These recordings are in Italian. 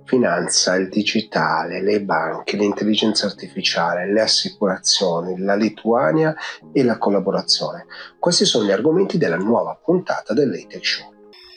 finanza, il digitale, le banche, l'intelligenza artificiale, le assicurazioni, la Lituania e la collaborazione. Questi sono gli argomenti della nuova puntata del Late Tech Show.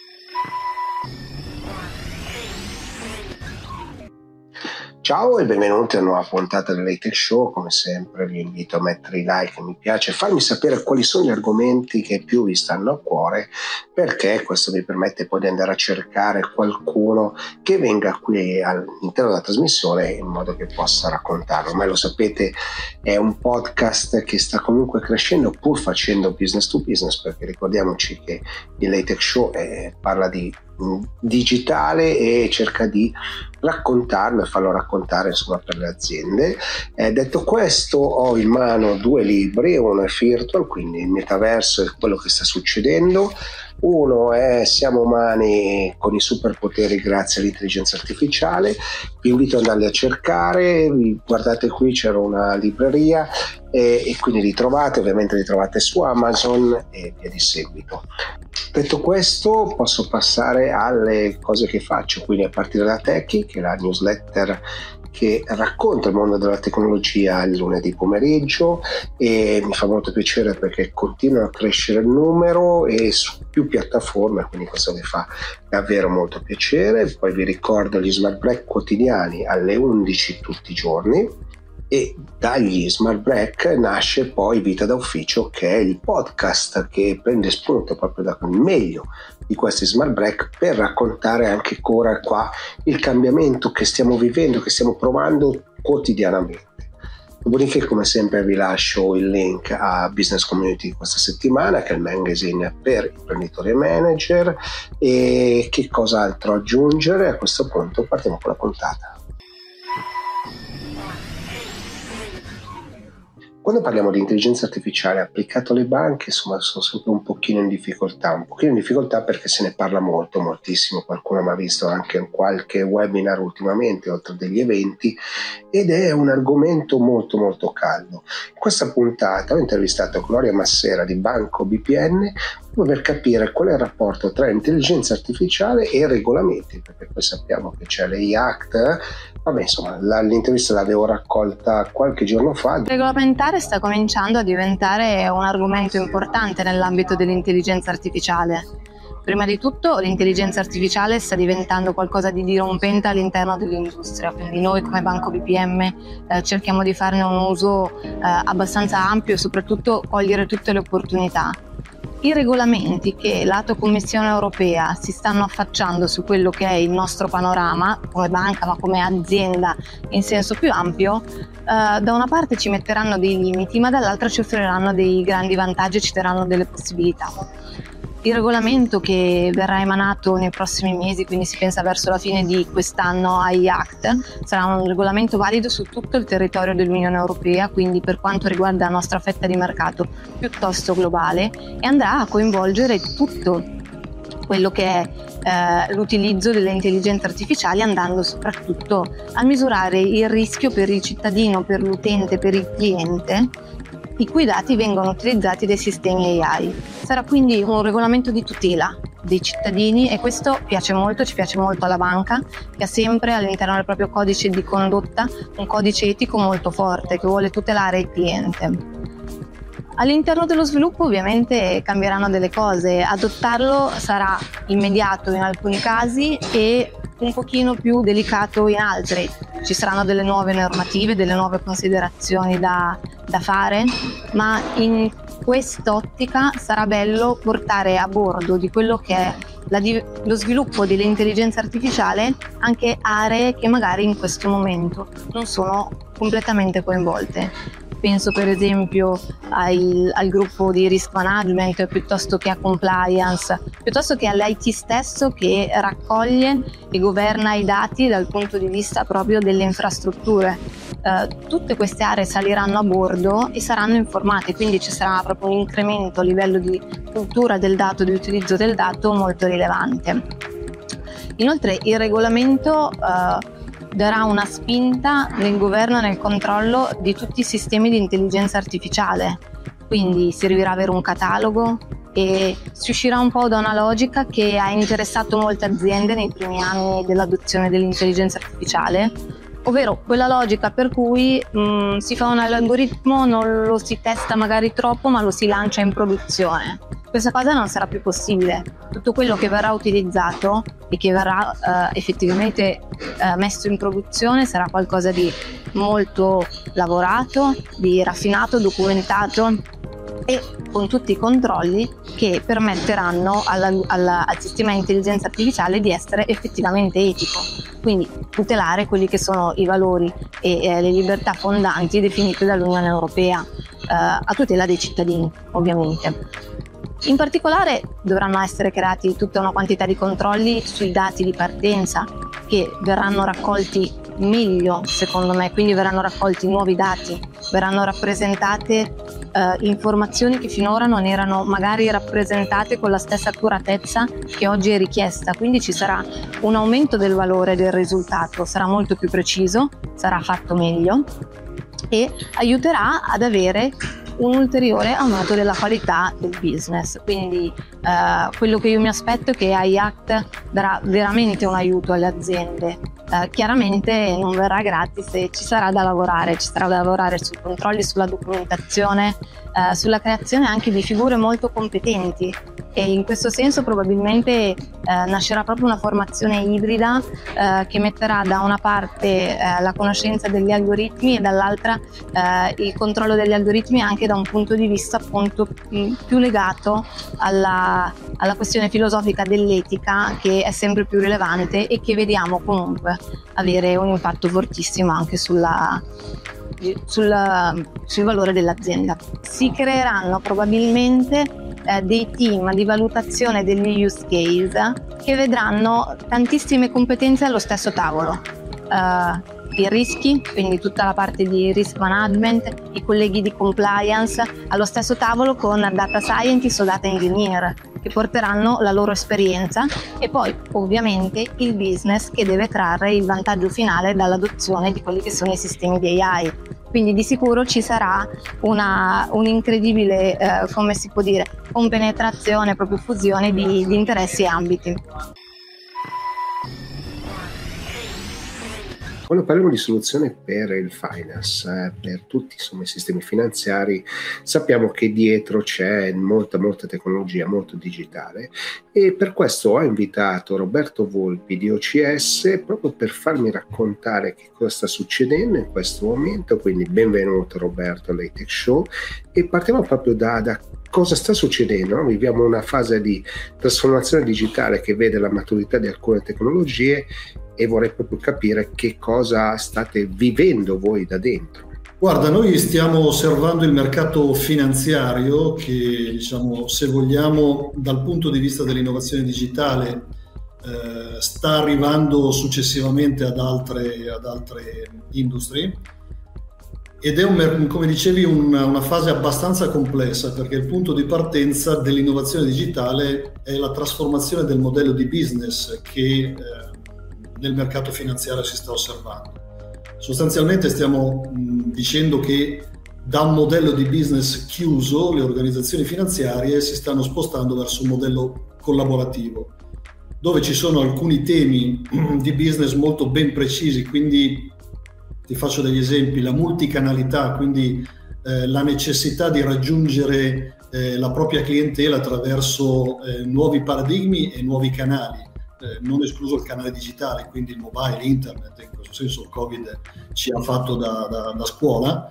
Ciao e benvenuti a una nuova puntata del Late Tech Show. Come sempre vi invito a mettere i like, mi piace, farmi sapere quali sono gli argomenti che più vi stanno a cuore, perché questo mi permette poi di andare a cercare qualcuno che venga qui all'interno della trasmissione in modo che possa raccontarlo. Ma lo sapete, è un podcast che sta comunque crescendo pur facendo business to business, perché ricordiamoci che il Late Tech Show parla di digitale e cerca di raccontarlo e farlo raccontare insomma per le aziende. Detto questo, ho in mano due libri, uno è Virtual, quindi il metaverso e quello che sta succedendo, uno è Siamo umani con i superpoteri grazie all'intelligenza artificiale. Vi invito ad andarli a cercare, guardate qui c'era una libreria e quindi li trovate, ovviamente li trovate su Amazon e via di seguito. Detto questo, posso passare alle cose che faccio, quindi a partire da Techie, che è la newsletter che racconta il mondo della tecnologia il lunedì pomeriggio, e mi fa molto piacere perché continua a crescere il numero e su più piattaforme, quindi questo mi fa davvero molto piacere. Poi vi ricordo gli Smart Break quotidiani alle 11 tutti i giorni, e dagli Smart Break nasce poi Vita da Ufficio, che è il podcast che prende spunto proprio dal meglio di questi Smart Break per raccontare anche ora qua il cambiamento che stiamo vivendo, che stiamo provando quotidianamente. Dopodiché, come sempre, vi lascio il link a Business Community questa settimana, che è il magazine per imprenditori e manager. E che cos'altro aggiungere? A questo punto partiamo con la puntata. Quando parliamo di intelligenza artificiale applicato alle banche, insomma, sono sempre un pochino in difficoltà perché se ne parla moltissimo, qualcuno mi ha visto anche in qualche webinar ultimamente, oltre degli eventi, ed è un argomento molto caldo. In questa puntata ho intervistato Gloria Massera di Banco BPM per capire qual è il rapporto tra intelligenza artificiale e regolamenti, perché poi sappiamo che c'è l'AI Act. Vabbè, insomma, l'intervista l'avevo raccolta qualche giorno fa. Regolamentare sta cominciando a diventare un argomento importante nell'ambito dell'intelligenza artificiale. Prima di tutto, l'intelligenza artificiale sta diventando qualcosa di dirompente all'interno dell'industria, quindi noi come Banco BPM cerchiamo di farne un uso abbastanza ampio e soprattutto cogliere tutte le opportunità. I regolamenti che lato Commissione europea si stanno affacciando su quello che è il nostro panorama come banca, ma come azienda in senso più ampio, da una parte ci metteranno dei limiti, ma dall'altra ci offriranno dei grandi vantaggi e ci daranno delle possibilità. Il regolamento che verrà emanato nei prossimi mesi, quindi si pensa verso la fine di quest'anno, AI Act, sarà un regolamento valido su tutto il territorio dell'Unione Europea, quindi per quanto riguarda la nostra fetta di mercato piuttosto globale, e andrà a coinvolgere tutto quello che è l'utilizzo delle intelligenze artificiali, andando soprattutto a misurare il rischio per il cittadino, per l'utente, per il cliente, i cui dati vengono utilizzati dai sistemi AI. Sarà quindi un regolamento di tutela dei cittadini, e questo ci piace molto alla banca, che ha sempre all'interno del proprio codice di condotta un codice etico molto forte che vuole tutelare il cliente. All'interno dello sviluppo ovviamente cambieranno delle cose, adottarlo sarà immediato in alcuni casi e un pochino più delicato in altri. Ci saranno delle nuove normative, delle nuove considerazioni da fare, ma in quest'ottica sarà bello portare a bordo di quello che è lo sviluppo dell'intelligenza artificiale anche aree che magari in questo momento non sono completamente coinvolte. Penso per esempio al gruppo di risk management, piuttosto che a compliance, piuttosto che all'IT stesso che raccoglie e governa i dati dal punto di vista proprio delle infrastrutture. Tutte queste aree saliranno a bordo e saranno informate, quindi ci sarà proprio un incremento a livello di cultura del dato, di utilizzo del dato molto rilevante. Inoltre il regolamento darà una spinta nel governo e nel controllo di tutti i sistemi di intelligenza artificiale, quindi servirà avere un catalogo, e si uscirà un po' da una logica che ha interessato molte aziende nei primi anni dell'adozione dell'intelligenza artificiale, ovvero quella logica per cui si fa un algoritmo, non lo si testa magari troppo, ma lo si lancia in produzione. Questa cosa non sarà più possibile. Tutto quello che verrà utilizzato e che verrà effettivamente messo in produzione sarà qualcosa di molto lavorato, di raffinato, documentato e con tutti i controlli che permetteranno al sistema di intelligenza artificiale di essere effettivamente etico, quindi tutelare quelli che sono i valori e le libertà fondanti definite dall'Unione Europea, a tutela dei cittadini ovviamente. In particolare dovranno essere creati tutta una quantità di controlli sui dati di partenza che verranno raccolti meglio, secondo me, quindi verranno raccolti nuovi dati, verranno rappresentate informazioni che finora non erano magari rappresentate con la stessa accuratezza che oggi è richiesta, quindi ci sarà un aumento del valore del risultato, sarà molto più preciso, sarà fatto meglio e aiuterà ad avere un ulteriore aumento della qualità del business. Quindi quello che io mi aspetto è che AI Act darà veramente un aiuto alle aziende. Chiaramente non verrà gratis e ci sarà da lavorare sui controlli, sulla documentazione, sulla creazione anche di figure molto competenti, e in questo senso probabilmente nascerà proprio una formazione ibrida che metterà da una parte la conoscenza degli algoritmi e dall'altra il controllo degli algoritmi anche da un punto di vista appunto più legato alla questione filosofica dell'etica, che è sempre più rilevante e che vediamo comunque avere un impatto fortissimo anche sul valore dell'azienda. Si creeranno probabilmente dei team di valutazione degli use case che vedranno tantissime competenze allo stesso tavolo. I rischi, quindi tutta la parte di risk management, i colleghi di compliance allo stesso tavolo con data scientist o data engineer che porteranno la loro esperienza, e poi ovviamente il business che deve trarre il vantaggio finale dall'adozione di quelli che sono i sistemi di AI. Quindi di sicuro ci sarà un'incredibile, come si può dire, compenetrazione, proprio fusione di interessi e ambiti. Quando parliamo di soluzione per il finance, per tutti insomma, i sistemi finanziari, sappiamo che dietro c'è molta tecnologia, molto digitale, e per questo ho invitato Roberto Volpi di OCS proprio per farmi raccontare che cosa sta succedendo in questo momento. Quindi benvenuto Roberto all'High-Tech Show, e partiamo proprio da cosa sta succedendo, no? Viviamo una fase di trasformazione digitale che vede la maturità di alcune tecnologie, e vorrei proprio capire che cosa state vivendo voi da dentro. Guarda, noi stiamo osservando il mercato finanziario che, diciamo, se vogliamo, dal punto di vista dell'innovazione digitale, sta arrivando successivamente ad altre industrie, ed è, come dicevi, una fase abbastanza complessa, perché il punto di partenza dell'innovazione digitale è la trasformazione del modello di business che nel mercato finanziario si sta osservando. Sostanzialmente stiamo dicendo che da un modello di business chiuso le organizzazioni finanziarie si stanno spostando verso un modello collaborativo, dove ci sono alcuni temi di business molto ben precisi. Quindi ti faccio degli esempi: la multicanalità, quindi la necessità di raggiungere la propria clientela attraverso nuovi paradigmi e nuovi canali, non escluso il canale digitale, quindi il mobile, internet. In questo senso il Covid ci ha fatto da scuola.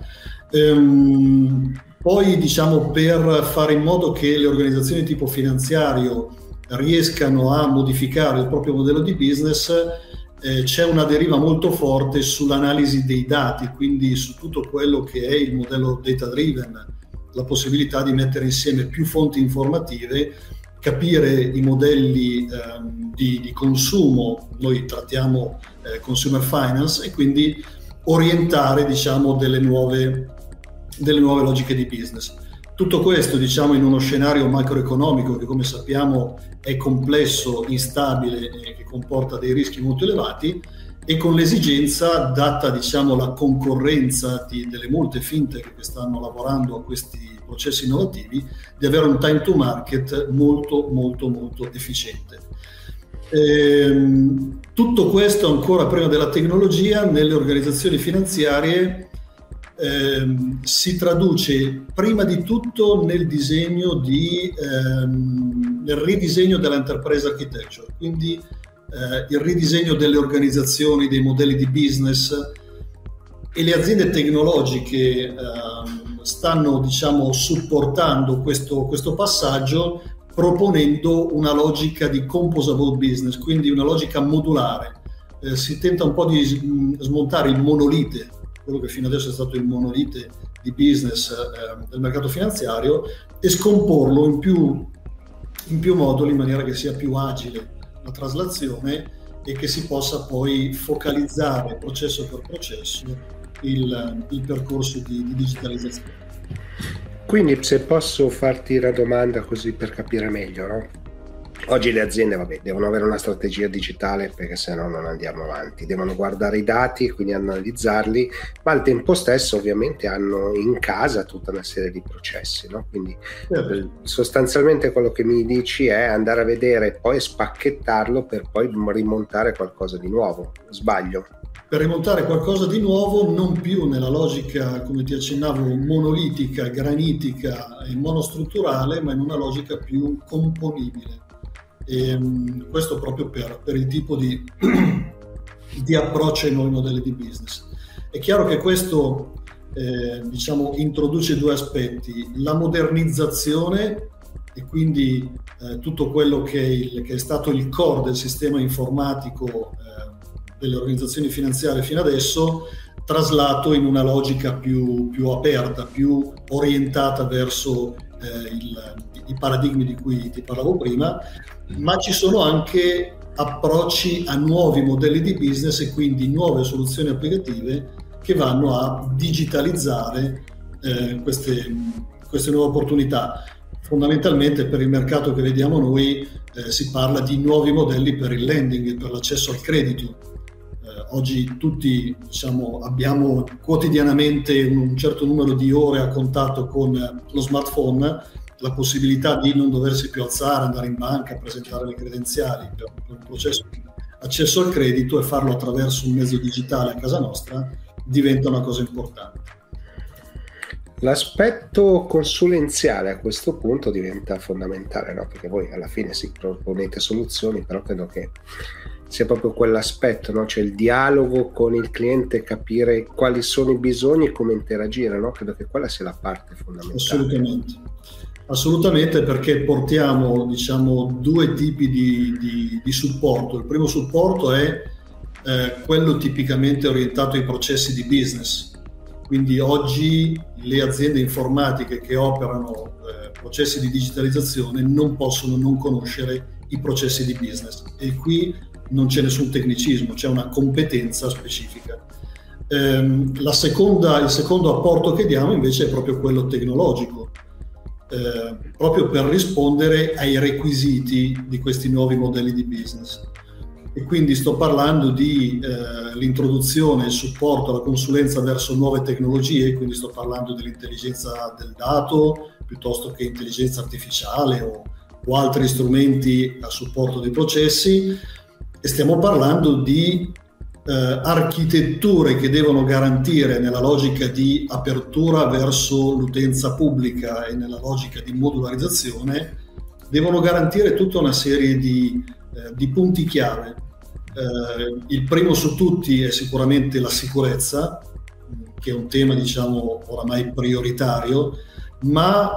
Poi, diciamo, per fare in modo che le organizzazioni tipo finanziario riescano a modificare il proprio modello di business, c'è una deriva molto forte sull'analisi dei dati, quindi su tutto quello che è il modello data driven, la possibilità di mettere insieme più fonti informative, capire i modelli di consumo. Noi trattiamo consumer finance, e quindi orientare, diciamo, delle nuove logiche di business. Tutto questo, diciamo, in uno scenario macroeconomico che, come sappiamo, è complesso, instabile e che comporta dei rischi molto elevati, e con l'esigenza, data diciamo la concorrenza delle molte fintech che stanno lavorando a questi processi innovativi, di avere un time to market molto molto molto efficiente. Tutto questo ancora prima della tecnologia nelle organizzazioni finanziarie si traduce prima di tutto nel ridisegno dell'enterprise architecture, quindi il ridisegno delle organizzazioni, dei modelli di business, e le aziende tecnologiche stanno diciamo supportando questo passaggio, proponendo una logica di composable business, quindi una logica modulare. Si tenta un po' di smontare il monolite, quello che fino adesso è stato il monolite di business del mercato finanziario, e scomporlo in più moduli in maniera che sia più agile la traslazione e che si possa poi focalizzare processo per processo il percorso di digitalizzazione. Quindi, se posso farti una domanda così per capire meglio, no? Oggi le aziende devono avere una strategia digitale, perché se no non andiamo avanti, devono guardare i dati e quindi analizzarli, ma al tempo stesso ovviamente hanno in casa tutta una serie di processi, no? Quindi sostanzialmente quello che mi dici è andare a vedere, poi spacchettarlo per poi rimontare qualcosa di nuovo. Sbaglio? Per rimontare qualcosa di nuovo, non più nella logica, come ti accennavo, monolitica, granitica e monostrutturale, ma in una logica più componibile. E questo proprio per il tipo di approccio ai nuovi modelli di business. È chiaro che questo diciamo introduce due aspetti: la modernizzazione, e quindi tutto quello che è stato il core del sistema informatico delle organizzazioni finanziarie fino adesso, traslato in una logica più aperta, più orientata verso i paradigmi di cui ti parlavo prima, ma ci sono anche approcci a nuovi modelli di business e quindi nuove soluzioni applicative che vanno a digitalizzare queste nuove opportunità. Fondamentalmente per il mercato che vediamo noi si parla di nuovi modelli per il lending e per l'accesso al credito. Oggi tutti abbiamo quotidianamente un certo numero di ore a contatto con lo smartphone, la possibilità di non doversi più alzare, andare in banca, presentare le credenziali per un processo di accesso al credito, e farlo attraverso un mezzo digitale a casa nostra diventa una cosa importante. L'aspetto consulenziale a questo punto diventa fondamentale, no? Perché voi alla fine si proponete soluzioni, però credo che sia proprio quell'aspetto, no? Cioè il dialogo con il cliente, capire quali sono i bisogni e come interagire, no? Credo che quella sia la parte fondamentale. Assolutamente, perché portiamo due tipi di supporto. Il primo supporto è quello tipicamente orientato ai processi di business. Quindi oggi le aziende informatiche che operano processi di digitalizzazione non possono non conoscere i processi di business, e qui non c'è nessun tecnicismo, c'è una competenza specifica. Il secondo apporto che diamo invece è proprio quello tecnologico, proprio per rispondere ai requisiti di questi nuovi modelli di business. E quindi sto parlando di l'introduzione, il supporto, la consulenza verso nuove tecnologie, quindi sto parlando dell'intelligenza del dato piuttosto che intelligenza artificiale o altri strumenti a supporto dei processi, e stiamo parlando di architetture che devono garantire, nella logica di apertura verso l'utenza pubblica e nella logica di modularizzazione, devono garantire tutta una serie di punti chiave. Il primo su tutti è sicuramente la sicurezza, che è un tema oramai prioritario, ma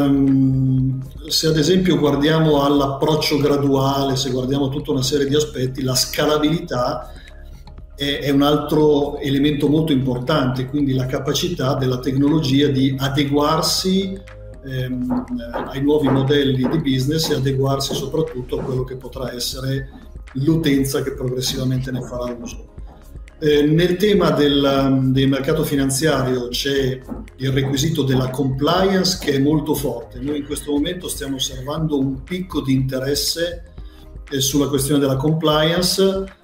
se ad esempio guardiamo all'approccio graduale, se guardiamo tutta una serie di aspetti, la scalabilità è un altro elemento molto importante, quindi la capacità della tecnologia di adeguarsi ai nuovi modelli di business e adeguarsi soprattutto a quello che potrà essere l'utenza che progressivamente ne farà uso. Nel tema del mercato finanziario c'è il requisito della compliance, che è molto forte. Noi in questo momento stiamo osservando un picco di interesse sulla questione della compliance,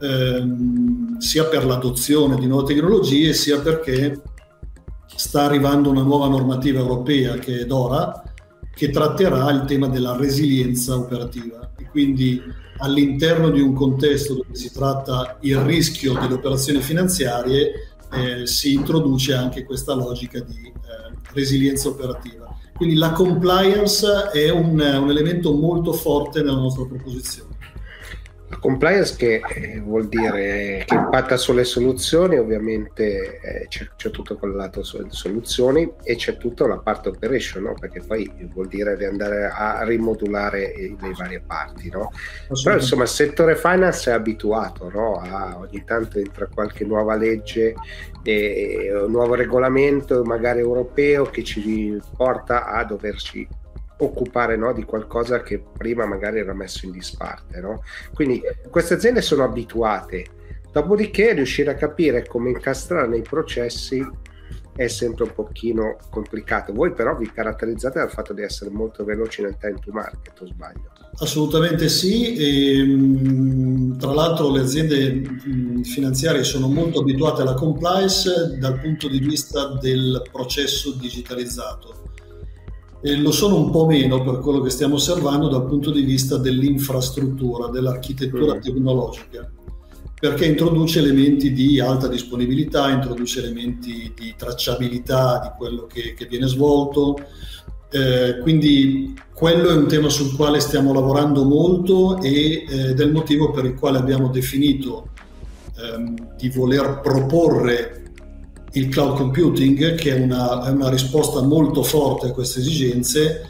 sia per l'adozione di nuove tecnologie, sia perché sta arrivando una nuova normativa europea che è DORA, che tratterà il tema della resilienza operativa, e quindi all'interno di un contesto dove si tratta il rischio delle operazioni finanziarie si introduce anche questa logica di resilienza operativa. Quindi la compliance è un elemento molto forte nella nostra proposizione. La compliance che vuol dire che impatta sulle soluzioni, ovviamente c'è tutto quel lato sulle soluzioni e c'è tutta la parte operation, no? Perché poi vuol dire di andare a rimodulare le varie parti, no? Però insomma il settore finance è abituato, no? Ogni tanto entra qualche nuova legge, un nuovo regolamento magari europeo che ci porta a doverci occupare, no, di qualcosa che prima magari era messo in disparte, no? Quindi queste aziende sono abituate, dopodiché riuscire a capire come incastrare nei processi è sempre un pochino complicato. Voi però vi caratterizzate dal fatto di essere molto veloci nel time to market, o sbaglio? Assolutamente sì, e tra l'altro le aziende finanziarie sono molto abituate alla compliance dal punto di vista del processo digitalizzato. E lo sono un po' meno per quello che stiamo osservando dal punto di vista dell'infrastruttura, dell'architettura tecnologica, perché introduce elementi di alta disponibilità, introduce elementi di tracciabilità di quello che viene svolto, quindi quello è un tema sul quale stiamo lavorando molto ed è il motivo per il quale abbiamo definito di voler proporre il cloud computing, che è una risposta molto forte a queste esigenze,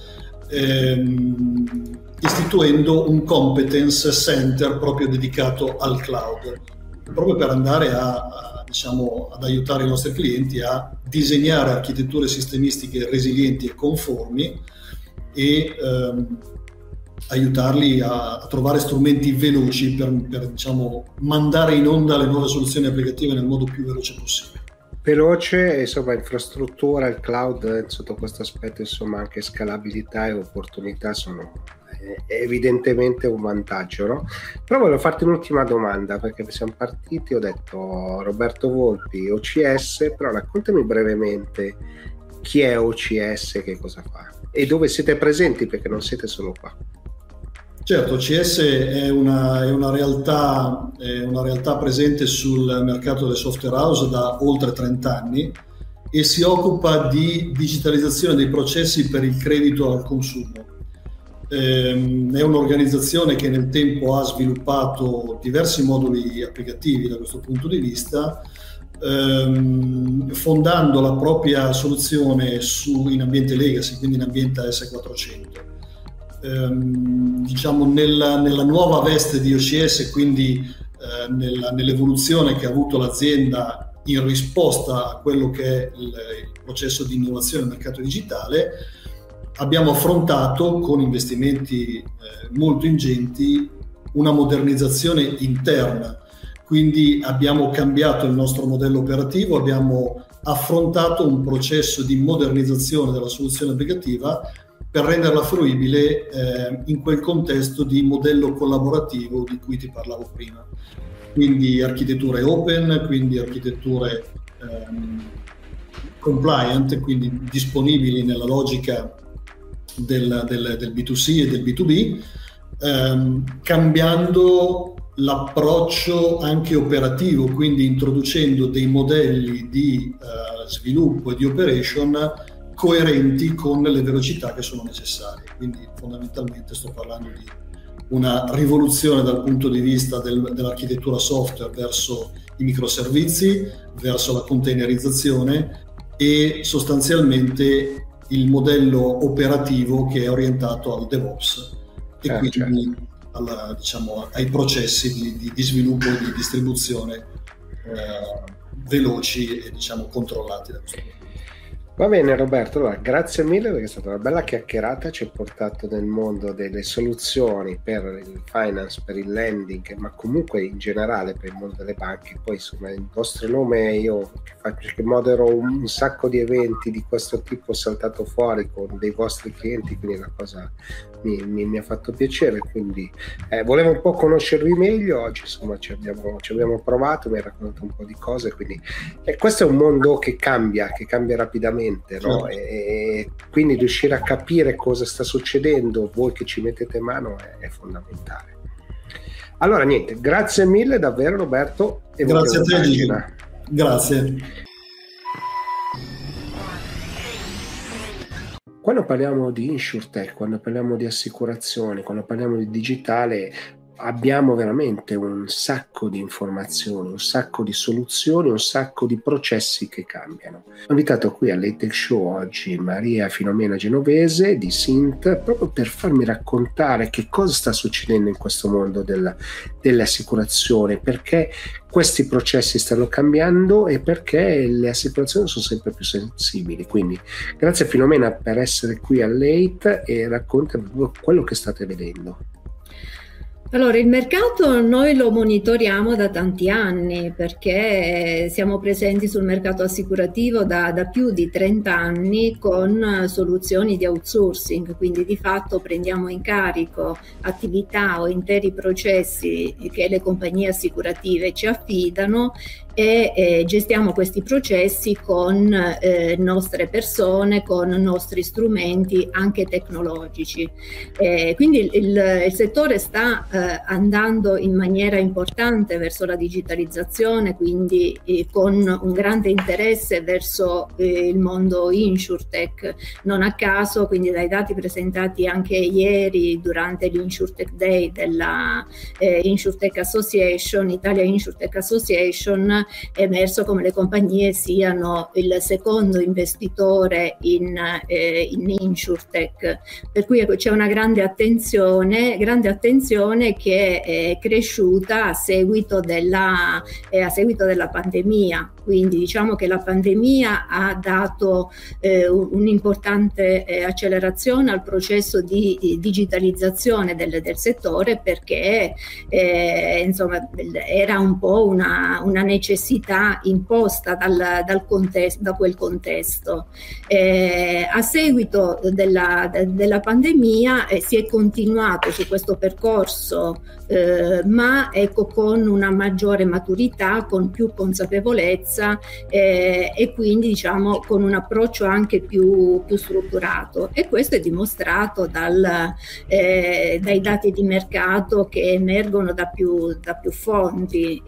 istituendo un competence center proprio dedicato al cloud, proprio per andare ad aiutare i nostri clienti a disegnare architetture sistemistiche resilienti e conformi e aiutarli a trovare strumenti veloci per mandare in onda le nuove soluzioni applicative nel modo più veloce possibile. Veloce, insomma, infrastruttura, il cloud sotto questo aspetto, insomma, anche scalabilità e opportunità sono evidentemente un vantaggio, no? Però volevo farti un'ultima domanda, perché siamo partiti, ho detto Roberto Volpi, OCS, però raccontami brevemente chi è OCS, che cosa fa e dove siete presenti, perché non siete solo qua. Certo, OCS è una realtà presente sul mercato delle software house da oltre 30 anni e si occupa di digitalizzazione dei processi per il credito al consumo. È un'organizzazione che nel tempo ha sviluppato diversi moduli applicativi da questo punto di vista, fondando la propria soluzione in ambiente legacy, quindi in ambiente AS400. Nella nuova veste di OCS, quindi nell'evoluzione che ha avuto l'azienda in risposta a quello che è il processo di innovazione del mercato digitale, abbiamo affrontato con investimenti molto ingenti una modernizzazione interna, quindi abbiamo cambiato il nostro modello operativo, abbiamo affrontato un processo di modernizzazione della soluzione applicativa per renderla fruibile in quel contesto di modello collaborativo di cui ti parlavo prima. Quindi architetture open, quindi architetture compliant, quindi disponibili nella logica del B2C e del B2B, cambiando l'approccio anche operativo, quindi introducendo dei modelli di sviluppo e di operation coerenti con le velocità che sono necessarie. Quindi fondamentalmente sto parlando di una rivoluzione dal punto di vista dell'architettura software verso i microservizi, verso la containerizzazione e sostanzialmente il modello operativo che è orientato al DevOps e quindi ai processi di sviluppo e di distribuzione veloci e controllati da questo punto. Va bene Roberto, allora, grazie mille perché è stata una bella chiacchierata, ci hai portato nel mondo delle soluzioni per il finance, per il lending, ma comunque in generale per il mondo delle banche. Poi insomma il vostro nome, io che modero un sacco di eventi di questo tipo, ho saltato fuori con dei vostri clienti, quindi la cosa mi ha fatto piacere, quindi volevo un po' conoscervi meglio, oggi insomma ci abbiamo provato, mi hai raccontato un po' di cose, quindi questo è un mondo che cambia rapidamente, no? E quindi riuscire a capire cosa sta succedendo, voi che ci mettete mano, è fondamentale. Allora niente, grazie mille davvero Roberto, e grazie a te Gigi. Grazie. Quando parliamo di InsurTech, quando parliamo di assicurazioni, quando parliamo di digitale, abbiamo veramente un sacco di informazioni, un sacco di soluzioni, un sacco di processi che cambiano. Ho invitato qui all'Hightech Show oggi Maria Filomena Genovese di Sint, proprio per farmi raccontare che cosa sta succedendo in questo mondo delle assicurazioni, perché questi processi stanno cambiando e perché le assicurazioni sono sempre più sensibili. Quindi grazie Filomena per essere qui all'Height e raccontami quello che state vedendo. Allora, il mercato noi lo monitoriamo da tanti anni perché siamo presenti sul mercato assicurativo da più di 30 anni con soluzioni di outsourcing, quindi di fatto prendiamo in carico attività o interi processi che le compagnie assicurative ci affidano e gestiamo questi processi con nostre persone, con nostri strumenti anche tecnologici. Quindi il settore sta andando in maniera importante verso la digitalizzazione, quindi con un grande interesse verso il mondo InsurTech. Non a caso, quindi dai dati presentati anche ieri durante l'InsurTech Day della InsurTech Association, Italia InsurTech Association, è emerso come le compagnie siano il secondo investitore in InsurTech, per cui c'è una grande attenzione che è cresciuta a seguito della pandemia. Quindi diciamo che la pandemia ha dato un'importante accelerazione al processo di digitalizzazione del settore, perché insomma era un po' una necessità imposta da quel contesto. A seguito della pandemia si è continuato su questo percorso, ma ecco, con una maggiore maturità, con più consapevolezza e quindi diciamo con un approccio anche più strutturato, e questo è dimostrato dai dati di mercato che emergono da più fonti.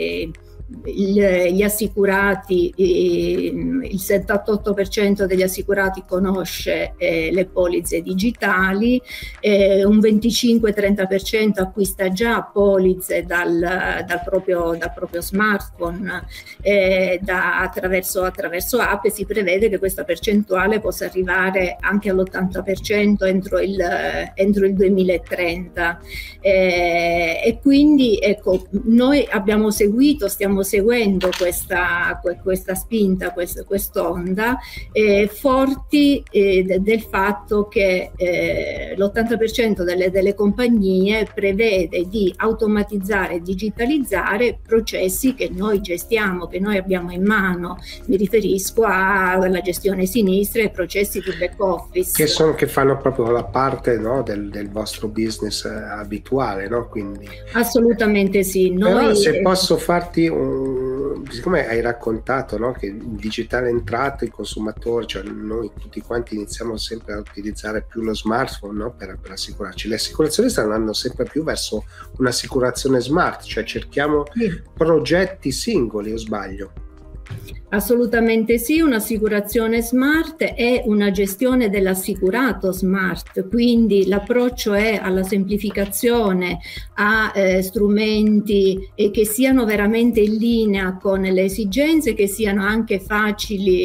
Gli assicurati, il 78% degli assicurati conosce le polizze digitali, un 25-30% acquista già polizze dal proprio smartphone, attraverso app, e si prevede che questa percentuale possa arrivare anche all'80% entro il 2030. E quindi ecco, noi stiamo seguendo questa spinta, quest'onda, forti del fatto che l'80% delle compagnie prevede di automatizzare e digitalizzare processi che noi gestiamo, che noi abbiamo in mano. Mi riferisco alla gestione sinistra e processi di back office. Che fanno proprio la parte, no, del vostro business abituale, no? Quindi, assolutamente sì. Però se posso farti siccome hai raccontato, no, che il digitale è entrato, i consumatori, cioè noi tutti quanti iniziamo sempre a utilizzare più lo smartphone, no, per assicurarci. Le assicurazioni stanno andando sempre più verso un'assicurazione smart, cioè cerchiamo progetti singoli, o sbaglio? Assolutamente sì, un'assicurazione smart è una gestione dell'assicurato smart, quindi l'approccio è alla semplificazione, a strumenti che siano veramente in linea con le esigenze, che siano anche facili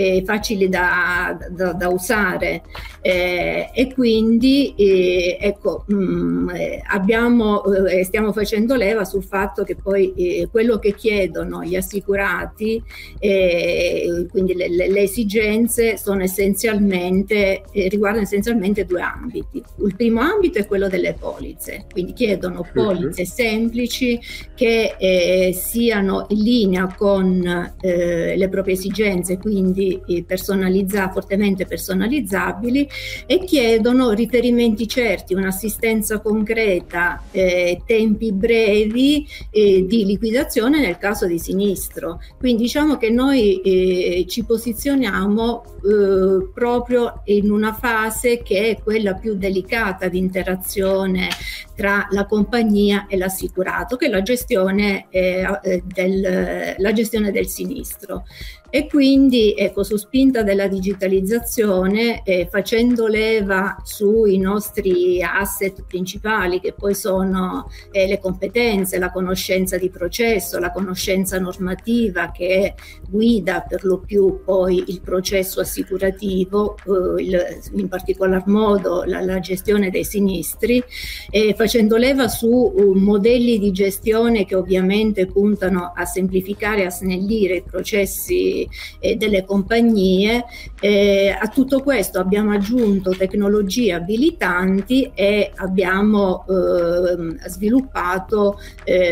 da usare, e quindi ecco, stiamo facendo leva sul fatto che poi quello che chiedono gli assicurati Quindi le esigenze sono riguardano essenzialmente due ambiti. Il primo ambito è quello delle polizze, quindi chiedono polizze semplici che siano in linea con le proprie esigenze, quindi fortemente personalizzabili, e chiedono riferimenti certi, un'assistenza concreta, tempi brevi di liquidazione nel caso di sinistro. Quindi diciamo che noi ci posizioniamo proprio in una fase che è quella più delicata di interazione tra la compagnia e l'assicurato, che è la gestione del sinistro. E quindi, su spinta della digitalizzazione, facendo leva sui nostri asset principali, che poi sono le competenze, la conoscenza di processo, la conoscenza normativa che guida per lo più poi il processo assicurativo, in particolar modo la gestione dei sinistri, facendo leva su modelli di gestione che ovviamente puntano a semplificare e a snellire i processi delle compagnie. A tutto questo abbiamo aggiunto tecnologie abilitanti e abbiamo sviluppato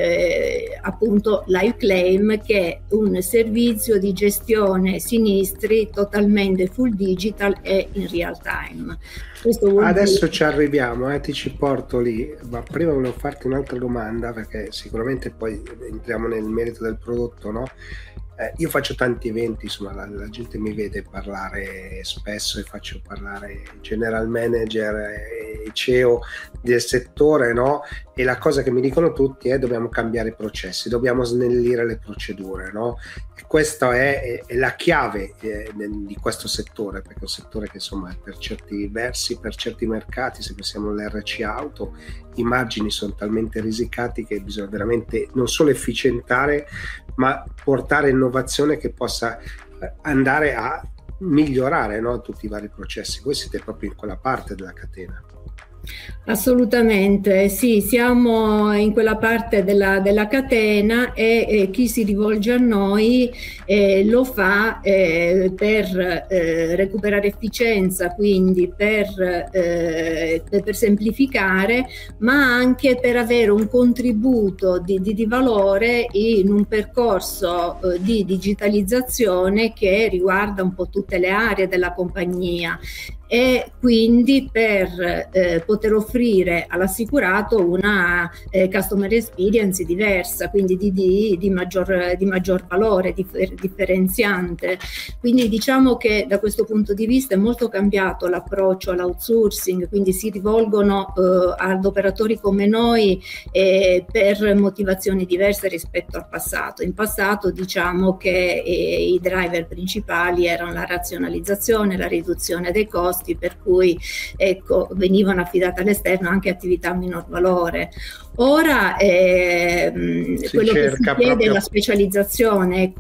appunto LiveClaim, che è un servizio di gestione sinistri totalmente full digital e in real time. Adesso ci arriviamo, ti ci porto lì, ma prima volevo farti un'altra domanda, perché sicuramente poi entriamo nel merito del prodotto, no? Io faccio tanti eventi, insomma, la gente mi vede parlare spesso e faccio parlare general manager e CEO del settore, no? E la cosa che mi dicono tutti è: dobbiamo cambiare i processi, dobbiamo snellire le procedure, no? E questa è la chiave di questo settore, perché è un settore che, insomma, per certi versi, per certi mercati, se pensiamo all'RC auto, i margini sono talmente risicati che bisogna veramente non solo efficientare, ma portare innovazione che possa andare a migliorare, no, tutti i vari processi. Voi siete proprio in quella parte della catena. Assolutamente, sì, siamo in quella parte della catena e chi si rivolge a noi lo fa per recuperare efficienza, quindi per semplificare, ma anche per avere un contributo di valore in un percorso di digitalizzazione che riguarda un po' tutte le aree della compagnia, e quindi per poter offrire all'assicurato una customer experience diversa, quindi di maggior valore, differenziante. Quindi diciamo che da questo punto di vista è molto cambiato l'approccio all'outsourcing, quindi si rivolgono ad operatori come noi per motivazioni diverse rispetto al passato. In passato diciamo che i driver principali erano la razionalizzazione, la riduzione dei costi, per cui venivano affidate all'esterno anche attività a minor valore. Ora quello che si chiede è la specializzazione,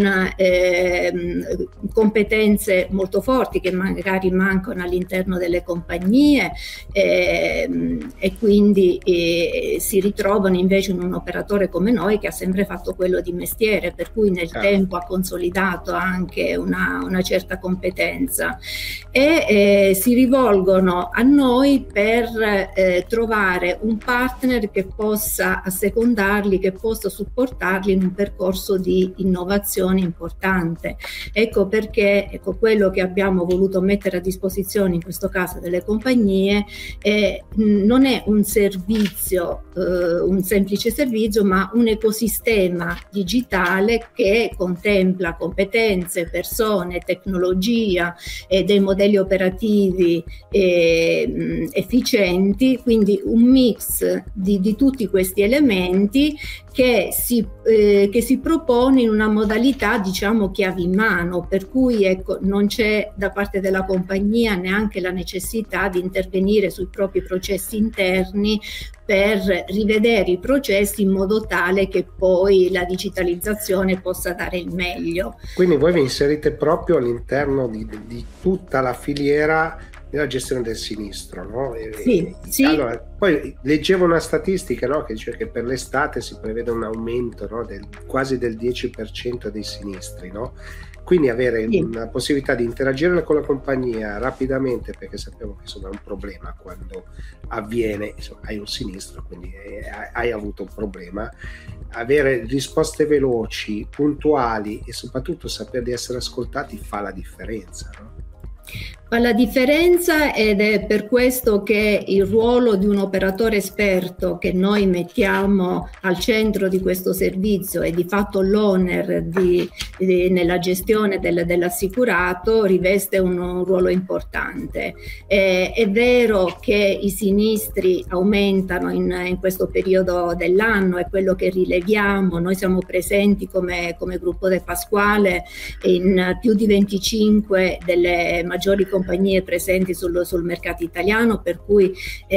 competenze molto forti che magari mancano all'interno delle compagnie, e quindi si ritrovano invece in un operatore come noi che ha sempre fatto quello di mestiere, per cui nel tempo ha consolidato anche una certa competenza, e si rivolgono a noi per trovare un partner che possa assecondarli, che possa supportarli in un percorso di innovazione importante. Ecco perché quello che abbiamo voluto mettere a disposizione in questo caso delle compagnie non è un servizio, un semplice servizio, ma un ecosistema digitale che contempla competenze, persone, tecnologia, dei modelli operativi efficienti, quindi un mix di tutti questi elementi che si propone in una modalità, diciamo, chiave in mano, per cui non c'è da parte della compagnia neanche la necessità di intervenire sui propri processi interni per rivedere i processi in modo tale che poi la digitalizzazione possa dare il meglio. Quindi voi vi inserite proprio all'interno di tutta la filiera nella gestione del sinistro, no? Sì. Allora, poi leggevo una statistica, no, che dice che per l'estate si prevede un aumento, no, quasi del 10% dei sinistri, no? Quindi avere una possibilità di interagire con la compagnia rapidamente, perché sappiamo che insomma è un problema quando avviene, insomma, hai un sinistro, quindi hai avuto un problema, avere risposte veloci, puntuali e soprattutto sapere di essere ascoltati fa la differenza, no? Fa la differenza, ed è per questo che il ruolo di un operatore esperto che noi mettiamo al centro di questo servizio e di fatto l'owner nella gestione dell'assicurato riveste un ruolo importante. È vero che i sinistri aumentano in questo periodo dell'anno, è quello che rileviamo. Noi siamo presenti come gruppo De Pasquale in più di 25 delle maggiori compagnie presenti sul mercato italiano, per cui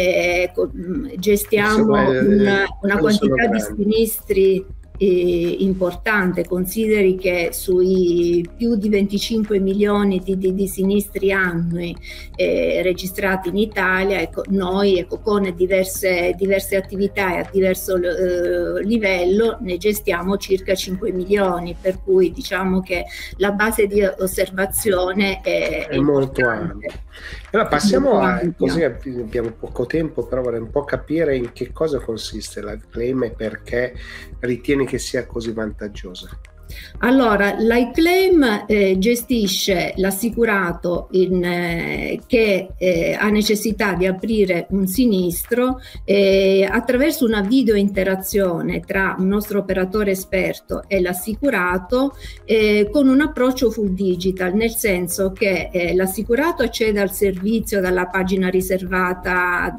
gestiamo una quantità di sinistri importante. Consideri che sui più di 25 milioni di sinistri annui registrati in Italia, noi con diverse attività e a diverso livello ne gestiamo circa 5 milioni, per cui diciamo che la base di osservazione è molto ampia. Allora passiamo così abbiamo poco tempo, però vorrei un po' capire in che cosa consiste la claim e perché ritieni che sia così vantaggiosa. Allora, l'iClaim gestisce l'assicurato che ha necessità di aprire un sinistro attraverso una video interazione tra un nostro operatore esperto e l'assicurato con un approccio full digital, nel senso che l'assicurato accede al servizio dalla pagina riservata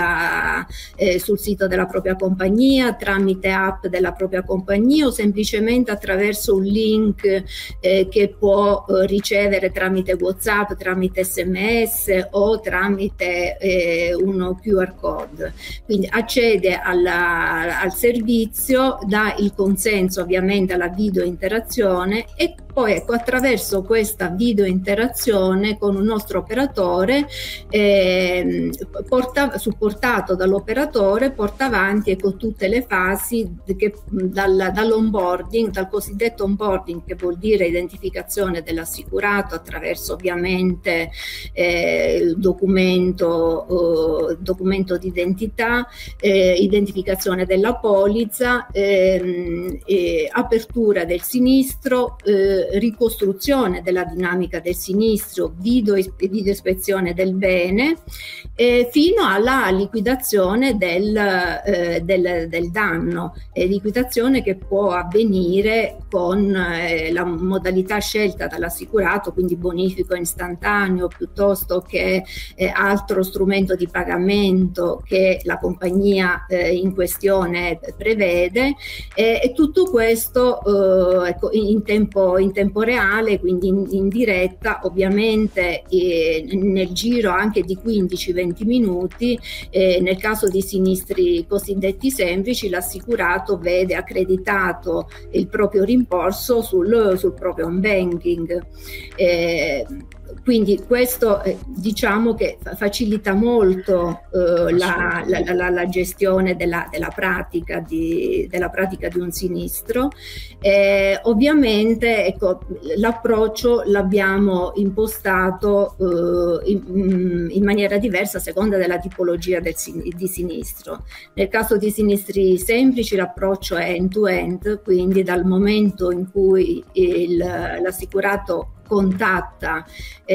sul sito della propria compagnia, tramite app della propria compagnia o semplicemente attraverso un link che può ricevere tramite WhatsApp, tramite SMS o tramite uno QR code. Quindi accede al servizio, dà il consenso ovviamente alla video interazione e poi attraverso questa video interazione con un nostro operatore supportato dall'operatore, porta avanti tutte le fasi dall'onboarding, dal cosiddetto onboarding, che vuol dire identificazione dell'assicurato attraverso ovviamente documento di identità, identificazione della polizza, apertura del sinistro, ricostruzione della dinamica del sinistro, video ispezione del bene, fino alla liquidazione del danno, liquidazione che può avvenire con la modalità scelta dall'assicurato, quindi bonifico istantaneo piuttosto che altro strumento di pagamento che la compagnia in questione prevede, e tutto questo in tempo reale, quindi in diretta, ovviamente nel giro anche di 15-20 minuti. Nel caso di sinistri cosiddetti semplici, l'assicurato vede accreditato il proprio rimborso sul proprio home banking. Quindi questo diciamo che facilita molto la gestione della pratica di un sinistro. Ovviamente l'approccio l'abbiamo impostato in maniera diversa a seconda della tipologia di sinistro. Nel caso di sinistri semplici l'approccio è end-to-end, quindi dal momento in cui l'assicurato contatta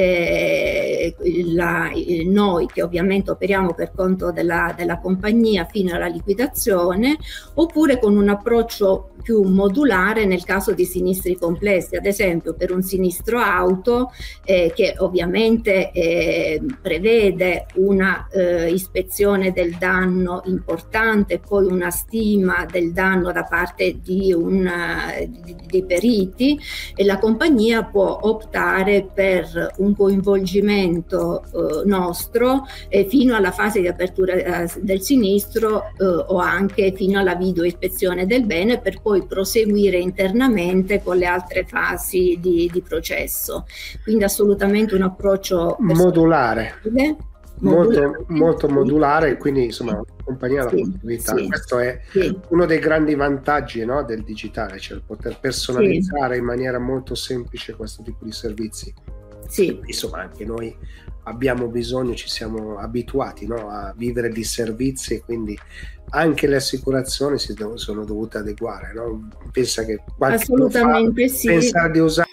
noi che ovviamente operiamo per conto della compagnia fino alla liquidazione, oppure con un approccio più modulare nel caso di sinistri complessi, ad esempio per un sinistro auto che ovviamente prevede una ispezione del danno importante, poi una stima del danno da parte di periti, e la compagnia può optare per un coinvolgimento nostro fino alla fase di apertura del sinistro o anche fino alla videoispezione del bene, per poi proseguire internamente con le altre fasi di processo. Quindi assolutamente un approccio modulare. Molto modulare, quindi insomma accompagnare la possibilità. Questo è uno dei grandi vantaggi, no, del digitale, cioè il poter personalizzare in maniera molto semplice questo tipo di servizi. Insomma, anche noi abbiamo bisogno, ci siamo abituati, no, a vivere di servizi, e quindi anche le assicurazioni sono dovute adeguare, no? Pensa che assolutamente pensare di usare.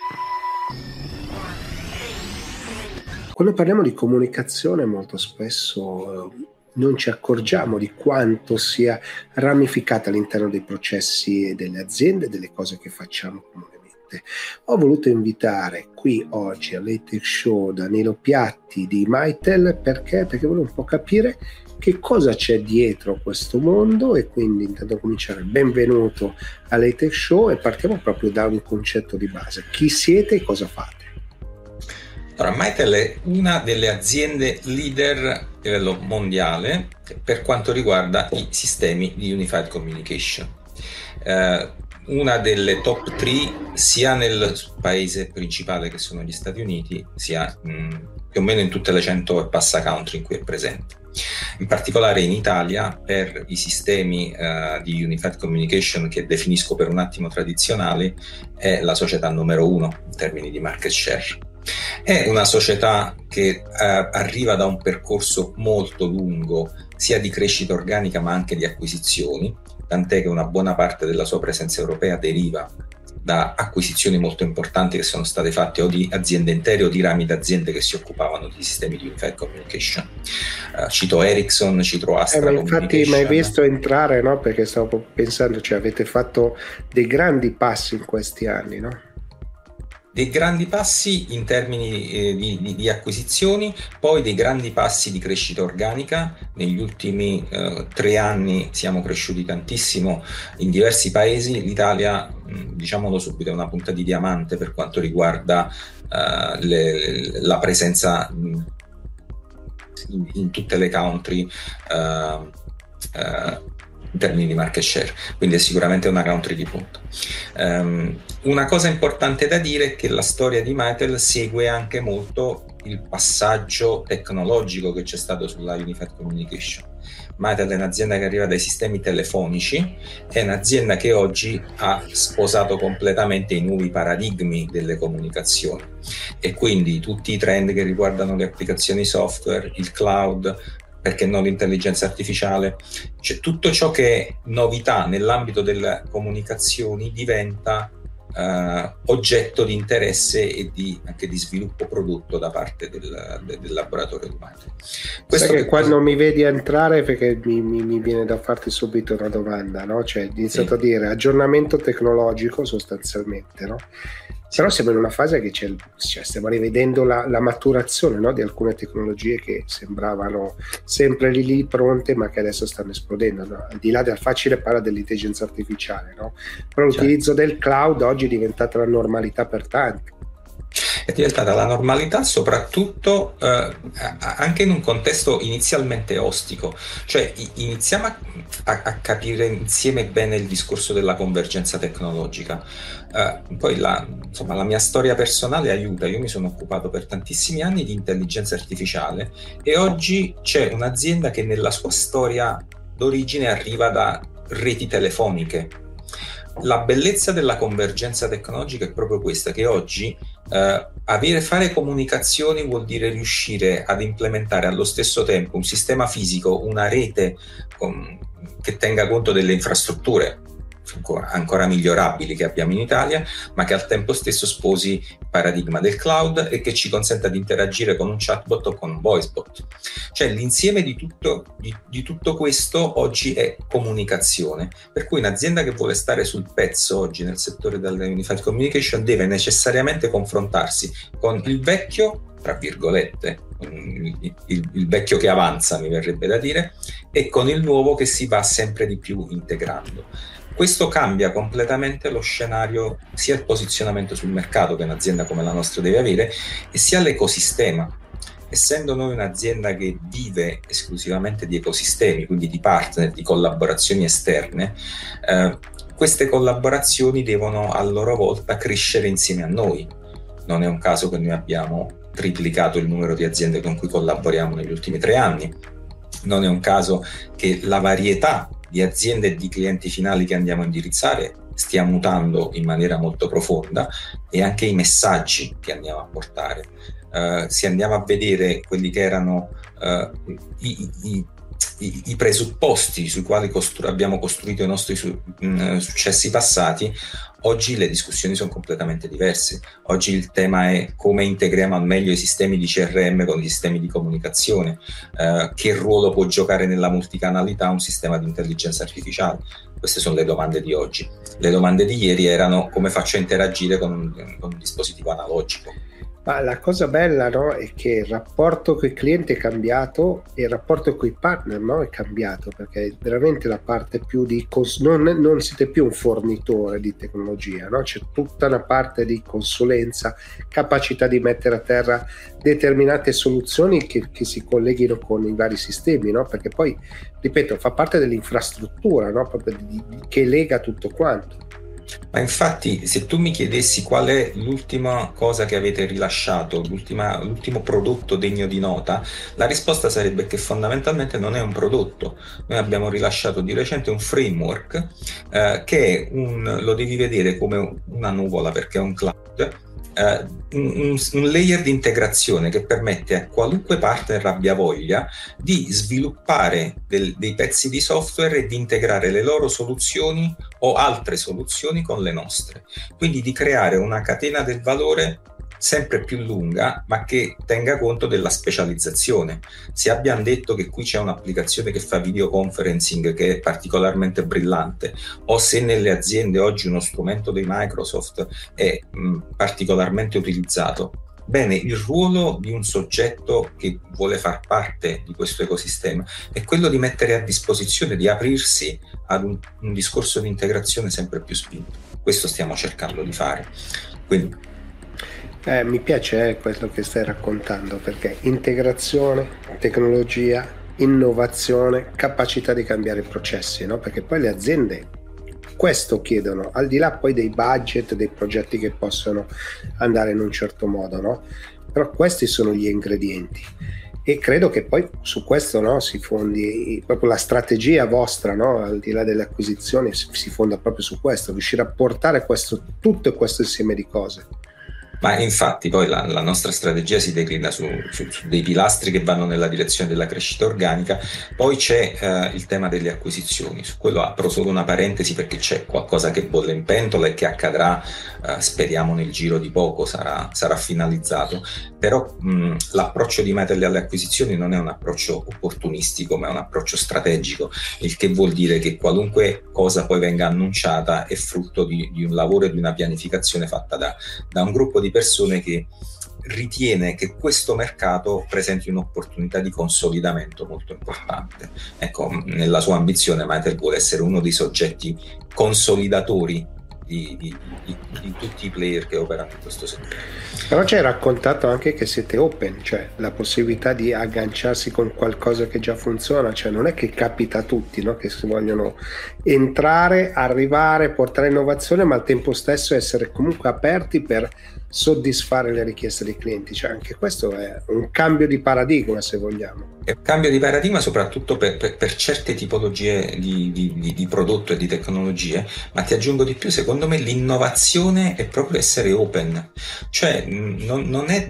Quando parliamo di comunicazione molto spesso non ci accorgiamo di quanto sia ramificata all'interno dei processi delle aziende, delle cose che facciamo comunemente. Ho voluto invitare qui oggi all'E-Tech Show Danilo Piatti di Mytel perché volevo un po' capire che cosa c'è dietro questo mondo, e quindi intanto cominciare. Benvenuto all'E-Tech Show e partiamo proprio da un concetto di base. Chi siete e cosa fate? Allora, Mytel è una delle aziende leader a livello mondiale per quanto riguarda i sistemi di Unified Communication. Una delle top 3 sia nel paese principale, che sono gli Stati Uniti, sia più o meno in tutte le 100 e passa country in cui è presente. In particolare in Italia, per i sistemi di Unified Communication, che definisco per un attimo tradizionali, è la società numero 1 in termini di market share. È una società che arriva da un percorso molto lungo, sia di crescita organica ma anche di acquisizioni, tant'è che una buona parte della sua presenza europea deriva da acquisizioni molto importanti che sono state fatte o di aziende intere o di rami d'aziende che si occupavano di sistemi di Unified Communication. Cito Ericsson, cito Astra infatti mi hai visto entrare, no? Perché stavo pensando, cioè avete fatto dei grandi passi in questi anni, no? Dei grandi passi in termini di acquisizioni, poi dei grandi passi di crescita organica. Negli ultimi 3 anni siamo cresciuti tantissimo in diversi paesi. L'Italia, diciamolo subito, è una punta di diamante per quanto riguarda la presenza in tutte le country in termini di market share, quindi è sicuramente una country di punta. Una cosa importante da dire è che la storia di Mytel segue anche molto il passaggio tecnologico che c'è stato sulla Unified Communication. Mytel è un'azienda che arriva dai sistemi telefonici, è un'azienda che oggi ha sposato completamente i nuovi paradigmi delle comunicazioni, e quindi tutti i trend che riguardano le applicazioni software, il cloud, perché non l'intelligenza artificiale, cioè tutto ciò che è novità nell'ambito delle comunicazioni diventa oggetto di interesse e anche di sviluppo prodotto da parte del laboratorio di Mytel. Questo che quando mi vedi entrare, perché mi viene da farti subito una domanda, no? Cioè hai iniziato a dire aggiornamento tecnologico sostanzialmente, no? Però siamo in una fase che stiamo rivedendo la maturazione, no, di alcune tecnologie che sembravano sempre lì pronte, ma che adesso stanno esplodendo, no? Al di là del facile parla dell'intelligenza artificiale, no? Però l'utilizzo del cloud oggi è diventata la normalità per tanti. È diventata la normalità, soprattutto anche in un contesto inizialmente ostico, cioè iniziamo a capire insieme bene il discorso della convergenza tecnologica. Poi la mia storia personale aiuta. Io mi sono occupato per tantissimi anni di intelligenza artificiale e oggi c'è un'azienda che nella sua storia d'origine arriva da reti telefoniche. La bellezza della convergenza tecnologica è proprio questa, che oggi fare comunicazioni vuol dire riuscire ad implementare allo stesso tempo un sistema fisico, una rete che tenga conto delle infrastrutture ancora migliorabili che abbiamo in Italia, ma che al tempo stesso sposi il paradigma del cloud e che ci consenta di interagire con un chatbot o con un voicebot. Cioè l'insieme di tutto questo oggi è comunicazione, per cui un'azienda che vuole stare sul pezzo oggi nel settore della Unified Communication deve necessariamente confrontarsi con il vecchio, tra virgolette, il vecchio che avanza, mi verrebbe da dire, e con il nuovo che si va sempre di più integrando. Questo cambia completamente lo scenario, sia il posizionamento sul mercato che un'azienda come la nostra deve avere, e sia l'ecosistema. Essendo noi un'azienda che vive esclusivamente di ecosistemi, quindi di partner, di collaborazioni esterne, queste collaborazioni devono a loro volta crescere insieme a noi. Non è un caso che noi abbiamo triplicato il numero di aziende con cui collaboriamo negli ultimi 3 anni. Non è un caso che la varietà di aziende e di clienti finali che andiamo a indirizzare stia mutando in maniera molto profonda, e anche i messaggi che andiamo a portare. Se andiamo a vedere quelli che erano i presupposti sui quali abbiamo costruito i nostri successi passati, oggi le discussioni sono completamente diverse. Oggi il tema è come integriamo al meglio i sistemi di CRM con i sistemi di comunicazione, che ruolo può giocare nella multicanalità un sistema di intelligenza artificiale. Queste sono le domande di oggi. Le domande di ieri erano: come faccio a interagire con un dispositivo analogico? Ma la cosa bella, no, è che il rapporto con i clienti è cambiato e il rapporto con i partner, no, è cambiato, perché veramente la parte più di non siete più un fornitore di tecnologia, no? C'è tutta una parte di consulenza, capacità di mettere a terra determinate soluzioni che si colleghino con i vari sistemi, no? Perché poi, ripeto, fa parte dell'infrastruttura, no? Proprio che lega tutto quanto. Ma infatti, se tu mi chiedessi qual è l'ultima cosa che avete rilasciato, l'ultimo prodotto degno di nota, la risposta sarebbe che fondamentalmente non è un prodotto. Noi abbiamo rilasciato di recente un framework che è lo devi vedere come una nuvola, perché è un cloud, un layer di integrazione che permette a qualunque partner abbia voglia di sviluppare dei pezzi di software e di integrare le loro soluzioni o altre soluzioni con le nostre, quindi di creare una catena del valore sempre più lunga, ma che tenga conto della specializzazione. Se abbiamo detto che qui c'è un'applicazione che fa videoconferencing che è particolarmente brillante, o se nelle aziende oggi uno strumento di Microsoft è particolarmente utilizzato, bene, il ruolo di un soggetto che vuole far parte di questo ecosistema è quello di mettere a disposizione, di aprirsi ad un discorso di integrazione sempre più spinto. Questo stiamo cercando di fare. Quindi mi piace quello che stai raccontando, perché integrazione, tecnologia, innovazione, capacità di cambiare i processi, no? Perché poi le aziende questo chiedono, al di là poi dei budget, dei progetti che possono andare in un certo modo, no? Però questi sono gli ingredienti, e credo che poi su questo, no, si fondi proprio la strategia vostra, no? Al di là delle acquisizioni si fonda proprio su questo, riuscire a portare tutto questo insieme di cose. Ma infatti poi la nostra strategia si declina su dei pilastri che vanno nella direzione della crescita organica. Poi c'è il tema delle acquisizioni. Su quello apro solo una parentesi, perché c'è qualcosa che bolle in pentola e che accadrà, speriamo nel giro di poco sarà finalizzato. Però l'approccio di Mattel alle acquisizioni non è un approccio opportunistico, ma è un approccio strategico, il che vuol dire che qualunque cosa poi venga annunciata è frutto di un lavoro e di una pianificazione fatta da un gruppo di persone che ritiene che questo mercato presenti un'opportunità di consolidamento molto importante. Ecco, nella sua ambizione Mattel vuole essere uno dei soggetti consolidatori di tutti i player che operano in questo settore. Però ci hai raccontato anche che siete open, cioè la possibilità di agganciarsi con qualcosa che già funziona, cioè non è che capita a tutti, no? Che si vogliono entrare, arrivare, portare innovazione, ma al tempo stesso essere comunque aperti per soddisfare le richieste dei clienti. Cioè anche questo è un cambio di paradigma, se vogliamo. È un cambio di paradigma soprattutto per certe tipologie di prodotto e di tecnologie, ma ti aggiungo di più, secondo me l'innovazione è proprio essere open, cioè non è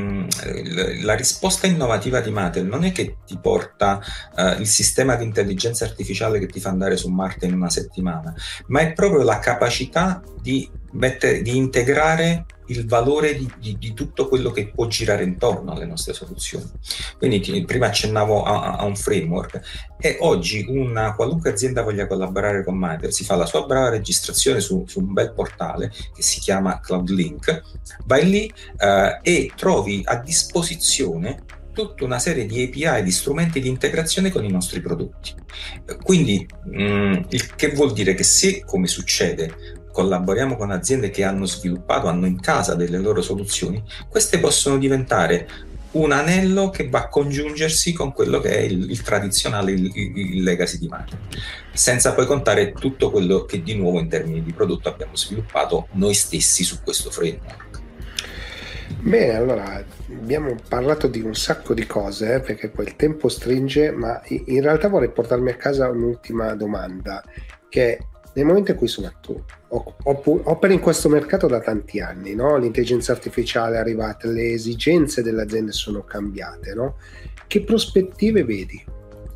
la risposta innovativa di Mattel non è che ti porta il sistema di intelligenza artificiale che ti fa andare su Marte in una settimana, ma è proprio la capacità di integrare il valore di tutto quello che può girare intorno alle nostre soluzioni. Quindi prima accennavo a un framework, e oggi una qualunque azienda voglia collaborare con Mattel si fa la sua brava registrazione su un bel portale che si chiama CloudLink, vai lì e trovi a disposizione tutta una serie di API, di strumenti di integrazione con i nostri prodotti. Quindi il che vuol dire che se, come succede, collaboriamo con aziende che hanno sviluppato, hanno in casa delle loro soluzioni, queste possono diventare un anello che va a congiungersi con quello che è il tradizionale, il legacy di marca, senza poi contare tutto quello che di nuovo in termini di prodotto abbiamo sviluppato noi stessi su questo framework. Bene, allora abbiamo parlato di un sacco di cose, perché poi il tempo stringe, ma in realtà vorrei portarmi a casa un'ultima domanda, che nel momento in cui operi in questo mercato da tanti anni, no? L'intelligenza artificiale è arrivata, le esigenze delle aziende sono cambiate, no? Che prospettive vedi?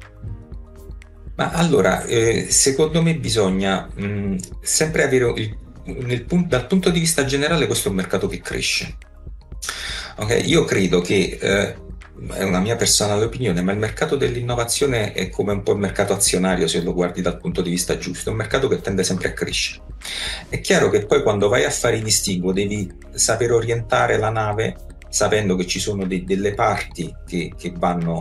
Ma allora, secondo me bisogna sempre avere dal punto di vista generale, questo è un mercato che cresce. Okay? Io credo che è una mia personale opinione, ma il mercato dell'innovazione è come un po' il mercato azionario, se lo guardi dal punto di vista giusto, è un mercato che tende sempre a crescere. È chiaro che poi quando vai a fare i distinguo devi saper orientare la nave sapendo che ci sono delle parti che vanno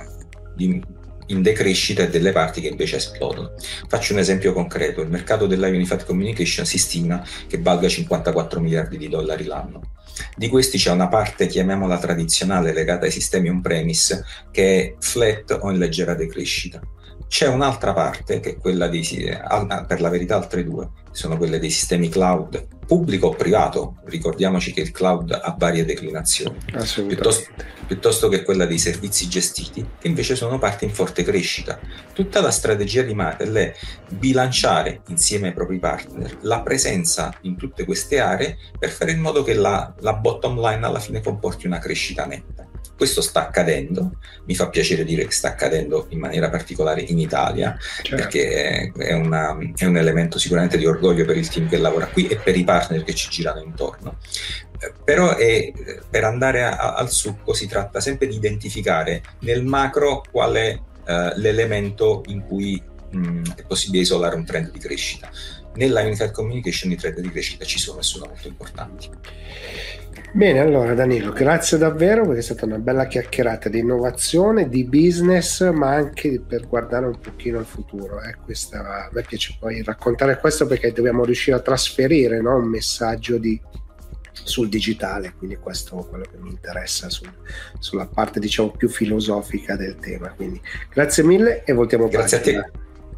in decrescita e delle parti che invece esplodono. Faccio un esempio concreto: il mercato della Unified Communication si stima che valga $54 miliardi l'anno. Di questi c'è una parte, chiamiamola tradizionale, legata ai sistemi on-premise, che è flat o in leggera decrescita. C'è un'altra parte che è quella per la verità altre due, sono quelle dei sistemi cloud, pubblico o privato. Ricordiamoci che il cloud ha varie declinazioni, piuttosto che quella dei servizi gestiti, che invece sono parte in forte crescita. Tutta la strategia di Martel è bilanciare insieme ai propri partner la presenza in tutte queste aree per fare in modo che la bottom line alla fine comporti una crescita netta. Questo sta accadendo, mi fa piacere dire che sta accadendo in maniera particolare in Italia, certo, perché è un elemento sicuramente di orgoglio per il team che lavora qui e per i partner che ci girano intorno. Però per andare al succo si tratta sempre di identificare nel macro qual è l'elemento in cui è possibile isolare un trend di crescita. Nella Unified Communication i trend di crescita ci sono e sono molto importanti. Bene, allora Danilo, grazie davvero, perché è stata una bella chiacchierata di innovazione, di business, ma anche per guardare un pochino al futuro. A me piace poi raccontare questo, perché dobbiamo riuscire a trasferire, no, un messaggio sul digitale, quindi questo è quello che mi interessa sulla parte, diciamo, più filosofica del tema. Quindi grazie mille e voltiamo grazie a te.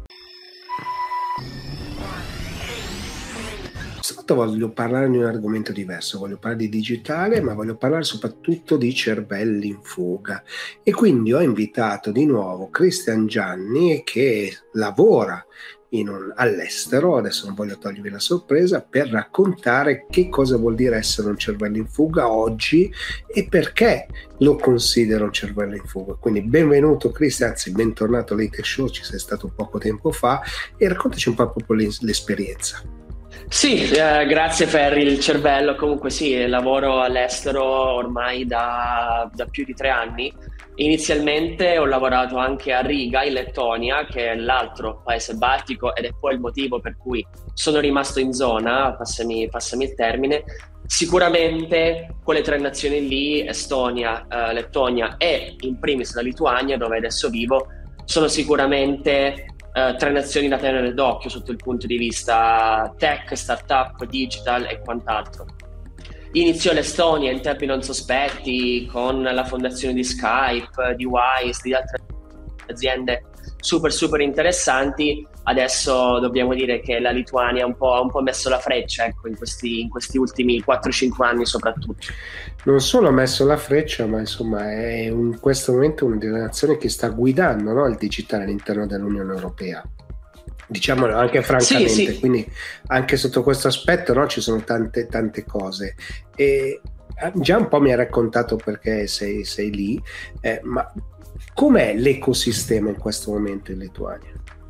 Voglio parlare di un argomento diverso, voglio parlare di digitale, ma voglio parlare soprattutto di cervelli in fuga, e quindi ho invitato di nuovo Cristian Gianni, che lavora all'estero, adesso non voglio togliervi la sorpresa, per raccontare che cosa vuol dire essere un cervello in fuga oggi e perché lo considero un cervello in fuga. Quindi benvenuto Cristian, anzi bentornato all'High-Tech Show, ci sei stato poco tempo fa, e raccontaci un po' proprio l'esperienza. Sì, grazie per il cervello. Comunque sì, lavoro all'estero ormai da più di 3 anni. Inizialmente ho lavorato anche a Riga, in Lettonia, che è l'altro paese baltico, ed è poi il motivo per cui sono rimasto in zona, passami il termine. Sicuramente quelle 3 nazioni lì, Estonia, Lettonia e in primis la Lituania, dove adesso vivo, sono sicuramente 3 nazioni da tenere d'occhio sotto il punto di vista tech, startup, digital e quant'altro. Iniziò l'Estonia in tempi non sospetti, con la fondazione di Skype, di Wise, di altre aziende super interessanti. Adesso dobbiamo dire che la Lituania ha un po' messo la freccia, ecco, in questi ultimi 4-5 anni soprattutto. Non solo ha messo la freccia, ma insomma è in questo momento una delle nazioni che sta guidando, no, il digitale all'interno dell'Unione Europea. Diciamolo anche francamente, sì. Quindi anche sotto questo aspetto, no, ci sono tante cose. E già un po' mi hai raccontato perché sei lì, ma com'è l'ecosistema in questo momento in Lituania?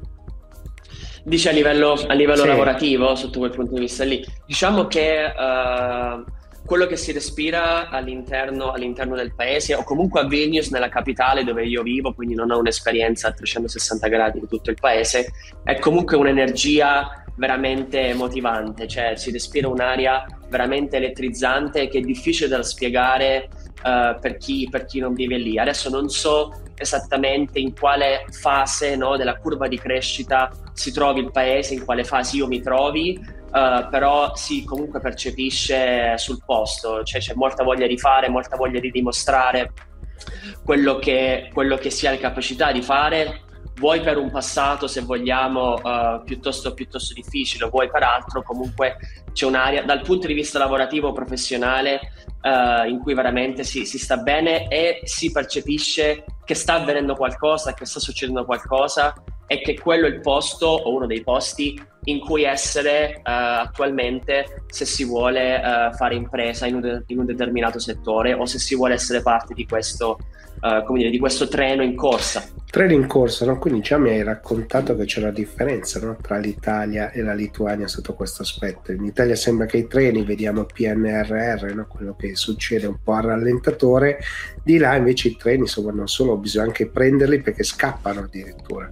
Dice a livello sì, lavorativo, sotto quel punto di vista lì. Diciamo che quello che si respira all'interno del paese, o comunque a Vilnius, nella capitale dove io vivo, quindi non ho un'esperienza a 360 gradi di tutto il paese, è comunque un'energia veramente motivante, cioè si respira un'aria veramente elettrizzante che è difficile da spiegare per chi non vive lì. Adesso non so esattamente in quale fase, no, della curva di crescita si trovi il paese, in quale fase io mi trovi, però si comunque percepisce sul posto, cioè c'è molta voglia di fare, molta voglia di dimostrare quello che si ha la capacità di fare, vuoi per un passato, se vogliamo, piuttosto difficile, vuoi per altro. Comunque c'è un'area dal punto di vista lavorativo, professionale, in cui veramente si sta bene e si percepisce che sta avvenendo qualcosa, che sta succedendo qualcosa, e che quello è il posto o uno dei posti in cui essere attualmente, se si vuole fare impresa in un determinato settore, o se si vuole essere parte di questo, come dire, di questo treno in corsa. Treno in corsa, no? Quindi già mi hai raccontato che c'è una differenza, no, tra l'Italia e la Lituania sotto questo aspetto. In Italia sembra che i treni, vediamo PNRR, no? Quello che succede un po' al rallentatore, di là invece i treni, insomma, non solo, bisogna anche prenderli perché scappano addirittura.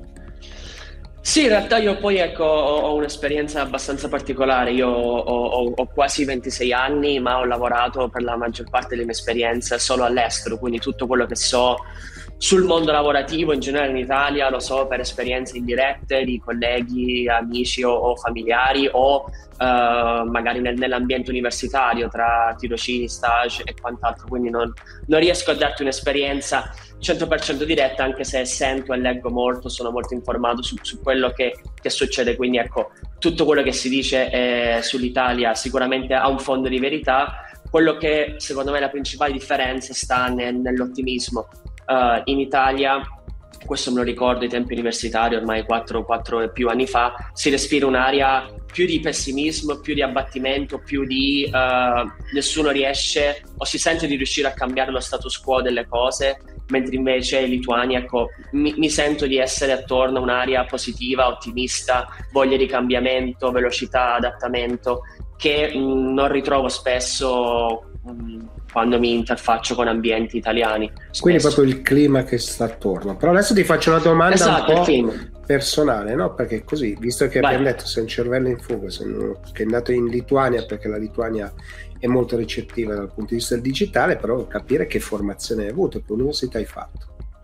Sì, in realtà io poi ho un'esperienza abbastanza particolare. Io ho quasi 26 anni, ma ho lavorato per la maggior parte delle mie esperienze solo all'estero, quindi tutto quello che so sul mondo lavorativo in generale in Italia lo so per esperienze indirette di colleghi, amici o familiari, o magari nell'ambiente universitario tra tirocini, stage e quant'altro, quindi non riesco a darti un'esperienza 100% diretta, anche se sento e leggo molto, sono molto informato su quello che succede. Quindi ecco, tutto quello che si dice sull'Italia sicuramente ha un fondo di verità. Quello che secondo me la principale differenza sta nell'ottimismo. In Italia, questo me lo ricordo ai tempi universitari, ormai 4 e più anni fa, si respira un'area più di pessimismo, più di abbattimento, più di nessuno riesce o si sente di riuscire a cambiare lo status quo delle cose, mentre invece in Lituania, ecco, mi sento di essere attorno a un'area positiva, ottimista, voglia di cambiamento, velocità, adattamento, che non ritrovo spesso quando mi interfaccio con ambienti italiani. Spesso. Quindi proprio il clima che sta attorno. Però adesso ti faccio una domanda un po' personale, no? Perché così, visto che abbiamo detto sei un cervello in fuga, sei uno che è andato in Lituania, perché la Lituania è molto ricettiva dal punto di vista del digitale, però capire che formazione hai avuto, che università hai fatto.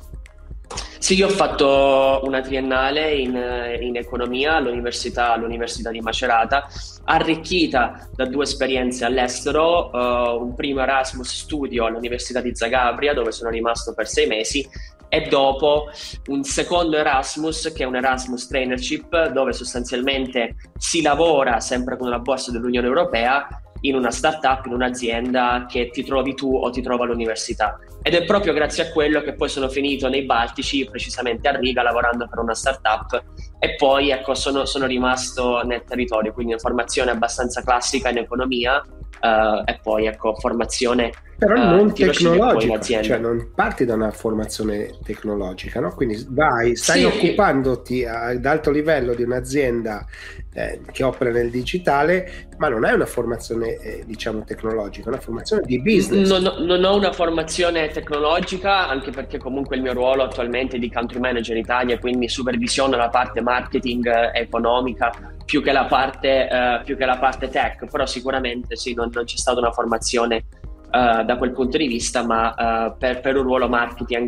Sì, io ho fatto una triennale in economia all'università di Macerata, arricchita da 2 esperienze all'estero, un primo Erasmus studio all'Università di Zagabria, dove sono rimasto per 6 mesi, e dopo un secondo Erasmus, che è un Erasmus Trainership, dove sostanzialmente si lavora sempre con una borsa dell'Unione Europea in una startup, in un'azienda che ti trovi tu o ti trova all'università. Ed è proprio grazie a quello che poi sono finito nei Baltici, precisamente a Riga, lavorando per una startup, e poi ecco sono rimasto nel territorio, quindi una formazione abbastanza classica in economia, e poi ecco formazione però non tecnologica, cioè non parti da una formazione tecnologica, no? Quindi stai occupandoti ad alto livello di un'azienda che opera nel digitale, ma non è una formazione diciamo tecnologica, è una formazione di business. Non ho una formazione tecnologica, anche perché comunque il mio ruolo attualmente è di country manager in Italia, quindi supervisiono la parte marketing economica più che la parte tech, però sicuramente sì, non c'è stata una formazione da quel punto di vista, ma per un ruolo marketing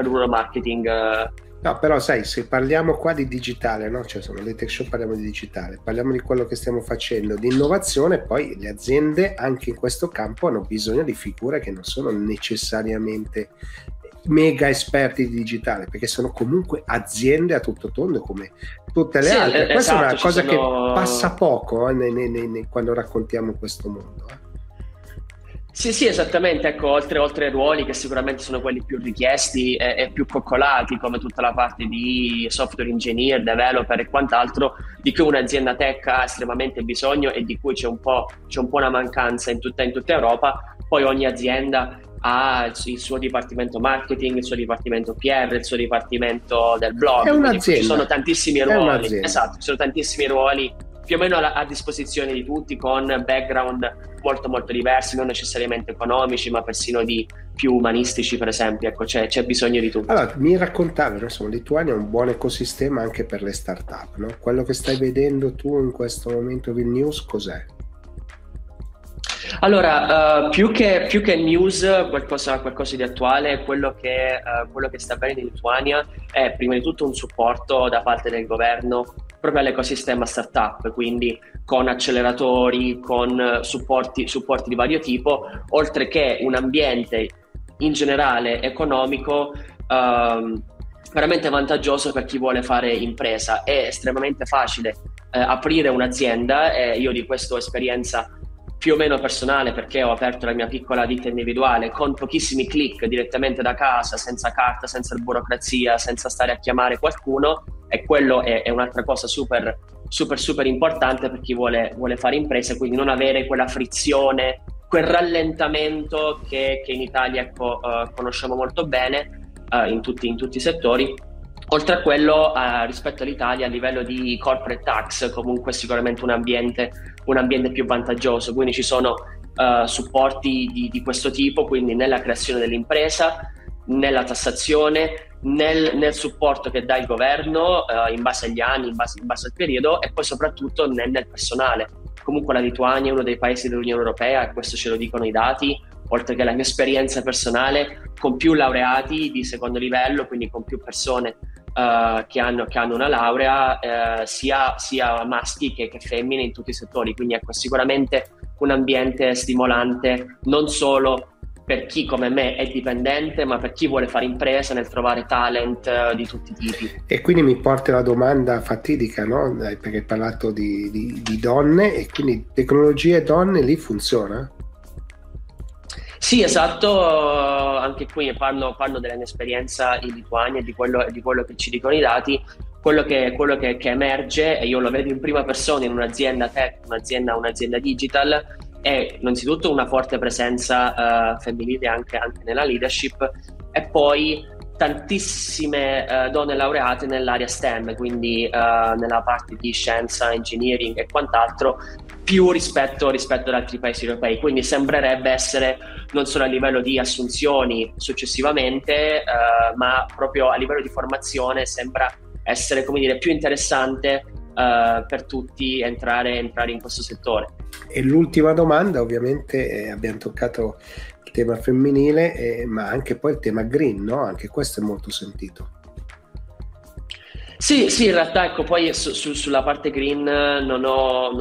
No, però sai, se parliamo qua di digitale, no? Cioè, sono dei tech show, parliamo di digitale, parliamo di quello che stiamo facendo, di innovazione, poi le aziende anche in questo campo hanno bisogno di figure che non sono necessariamente mega esperti di digitale, perché sono comunque aziende a tutto tondo come tutte le altre. Questa è una cosa che passa poco quando raccontiamo questo mondo. Sì, esattamente, ecco, oltre ai ruoli che sicuramente sono quelli più richiesti e più coccolati, come tutta la parte di software engineer, developer e quant'altro, di cui un'azienda tech ha estremamente bisogno e di cui c'è un po' una mancanza in tutta Europa. Poi ogni azienda ha il suo dipartimento marketing, il suo dipartimento PR, il suo dipartimento del blog, ci sono tantissimi ruoli. Esatto, ci sono tantissimi ruoli più o meno a disposizione di tutti, con background molto diversi, non necessariamente economici, ma persino di più umanistici, per esempio. Ecco, c'è bisogno di tutto. Allora, mi raccontavi, insomma, Lituania è un buon ecosistema anche per le start-up, no? Quello che stai vedendo tu in questo momento, Vilnius, cos'è? Allora, più che news, qualcosa di attuale, quello che sta avvenendo in Lituania è prima di tutto un supporto da parte del governo proprio all'ecosistema startup, quindi con acceleratori, con supporti di vario tipo, oltre che un ambiente in generale economico veramente vantaggioso per chi vuole fare impresa. È estremamente facile aprire un'azienda, e io di questo ho esperienza più o meno personale, perché ho aperto la mia piccola ditta individuale con pochissimi click direttamente da casa, senza carta, senza burocrazia, senza stare a chiamare qualcuno, e quello è un'altra cosa super importante per chi vuole fare imprese, quindi non avere quella frizione, quel rallentamento che in Italia conosciamo molto bene in tutti i settori. Oltre a quello, rispetto all'Italia, a livello di corporate tax, comunque sicuramente un ambiente più vantaggioso, quindi ci sono supporti di questo tipo, quindi nella creazione dell'impresa, nella tassazione, nel supporto che dà il governo in base agli anni, in base al periodo, e poi soprattutto nel personale. Comunque la Lituania è uno dei paesi dell'Unione Europea, e questo ce lo dicono i dati, oltre che la mia esperienza personale, con più laureati di secondo livello, quindi con più persone che hanno una laurea, sia maschi che femmine in tutti i settori. Quindi ecco, sicuramente un ambiente stimolante non solo per chi come me è dipendente, ma per chi vuole fare impresa nel trovare talent di tutti i tipi. E quindi mi porta la domanda fatidica, no? Perché hai parlato di donne, e quindi tecnologie e donne lì funziona? Sì, esatto, anche qui parlo della mia esperienza in Lituania e di quello che ci dicono i dati. Quello che emerge, e io lo vedo in prima persona in un'azienda tech, un'azienda digital, è innanzitutto una forte presenza femminile anche nella leadership, e poi tantissime donne laureate nell'area STEM, quindi nella parte di scienza, engineering e quant'altro, più rispetto ad altri paesi europei. Quindi sembrerebbe essere non solo a livello di assunzioni successivamente, ma proprio a livello di formazione sembra essere, come dire, più interessante per tutti entrare in questo settore. E l'ultima domanda, ovviamente abbiamo toccato il tema femminile, ma anche poi il tema green, no? Anche questo è molto sentito. Sì, in realtà ecco, poi sulla parte green non ho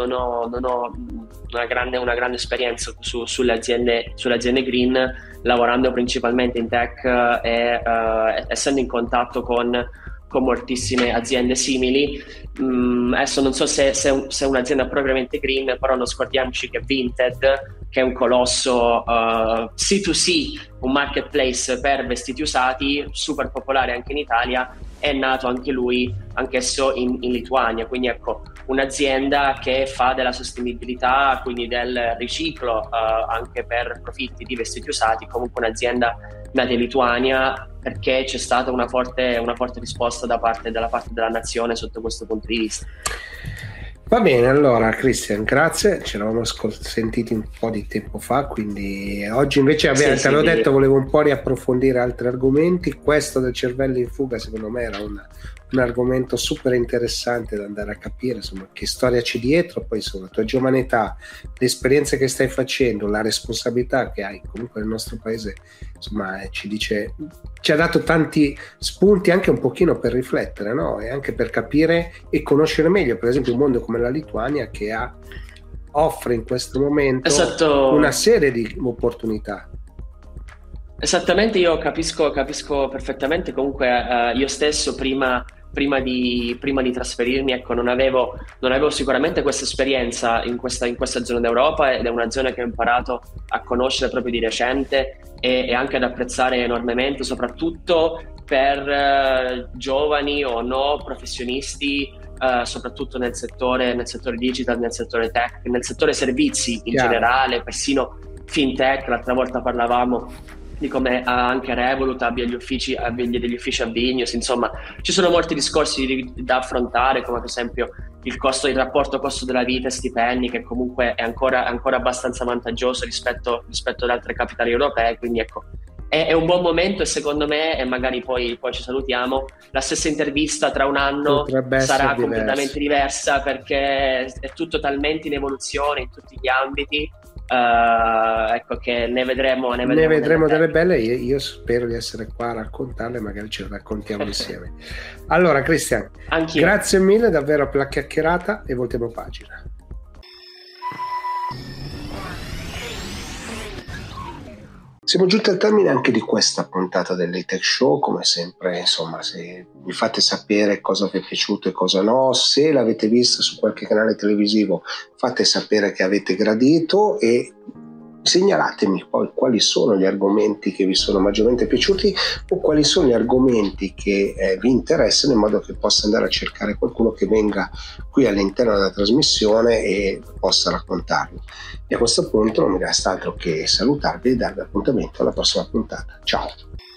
una grande esperienza sulle aziende green, lavorando principalmente in tech e essendo in contatto con moltissime aziende simili. Adesso non so se è un'azienda propriamente green, però non scordiamoci che Vinted, che è un colosso C2C, un marketplace per vestiti usati, super popolare anche in Italia, è nato anch'esso in Lituania. Quindi ecco, un'azienda che fa della sostenibilità, quindi del riciclo anche per profitti di vestiti usati, comunque un'azienda nata in Lituania, perché c'è stata una forte risposta dalla parte della nazione sotto questo punto di vista. Va bene, allora Christian, grazie, ci eravamo sentiti un po' di tempo fa, quindi oggi invece te l'ho detto, volevo un po' riapprofondire altri argomenti. Questo del cervello in fuga secondo me era un argomento super interessante da andare a capire, insomma, che storia c'è dietro, poi insomma la tua giovane età, le esperienze che stai facendo, la responsabilità che hai comunque nel nostro paese, insomma ci ha dato tanti spunti anche un pochino per riflettere, no? E anche per capire e conoscere meglio per esempio un mondo come la Lituania, che offre in questo momento una serie di opportunità. Esattamente, io capisco perfettamente. Comunque io stesso prima di trasferirmi, ecco, non avevo sicuramente questa esperienza in questa zona d'Europa, ed è una zona che ho imparato a conoscere proprio di recente e anche ad apprezzare enormemente, soprattutto per giovani o no professionisti, soprattutto nel settore digital, nel settore tech, nel settore servizi in generale, persino fintech. L'altra volta parlavamo di come anche Revolut abbia degli uffici a Vilnius. Insomma, ci sono molti discorsi da affrontare, come ad esempio il rapporto costo della vita e stipendi, che comunque è ancora abbastanza vantaggioso rispetto ad altre capitali europee. Quindi ecco, è un buon momento, e secondo me, e magari poi ci salutiamo, la stessa intervista tra un anno sarà completamente diversa, perché è tutto talmente in evoluzione in tutti gli ambiti, ecco, che ne vedremo delle belle. Io spero di essere qua a raccontarle, magari ce le raccontiamo insieme. Allora Cristian, anch'io. Grazie mille davvero per la chiacchierata e voltiamo pagina. Siamo giunti al termine anche di questa puntata dell'E-Tech Show. Come sempre, insomma, se mi fate sapere cosa vi è piaciuto e cosa no, se l'avete vista su qualche canale televisivo fate sapere che avete gradito e segnalatemi poi quali sono gli argomenti che vi sono maggiormente piaciuti o quali sono gli argomenti che vi interessano, in modo che possa andare a cercare qualcuno che venga qui all'interno della trasmissione e possa raccontarlo. E a questo punto non mi resta altro che salutarvi e darvi appuntamento alla prossima puntata. Ciao!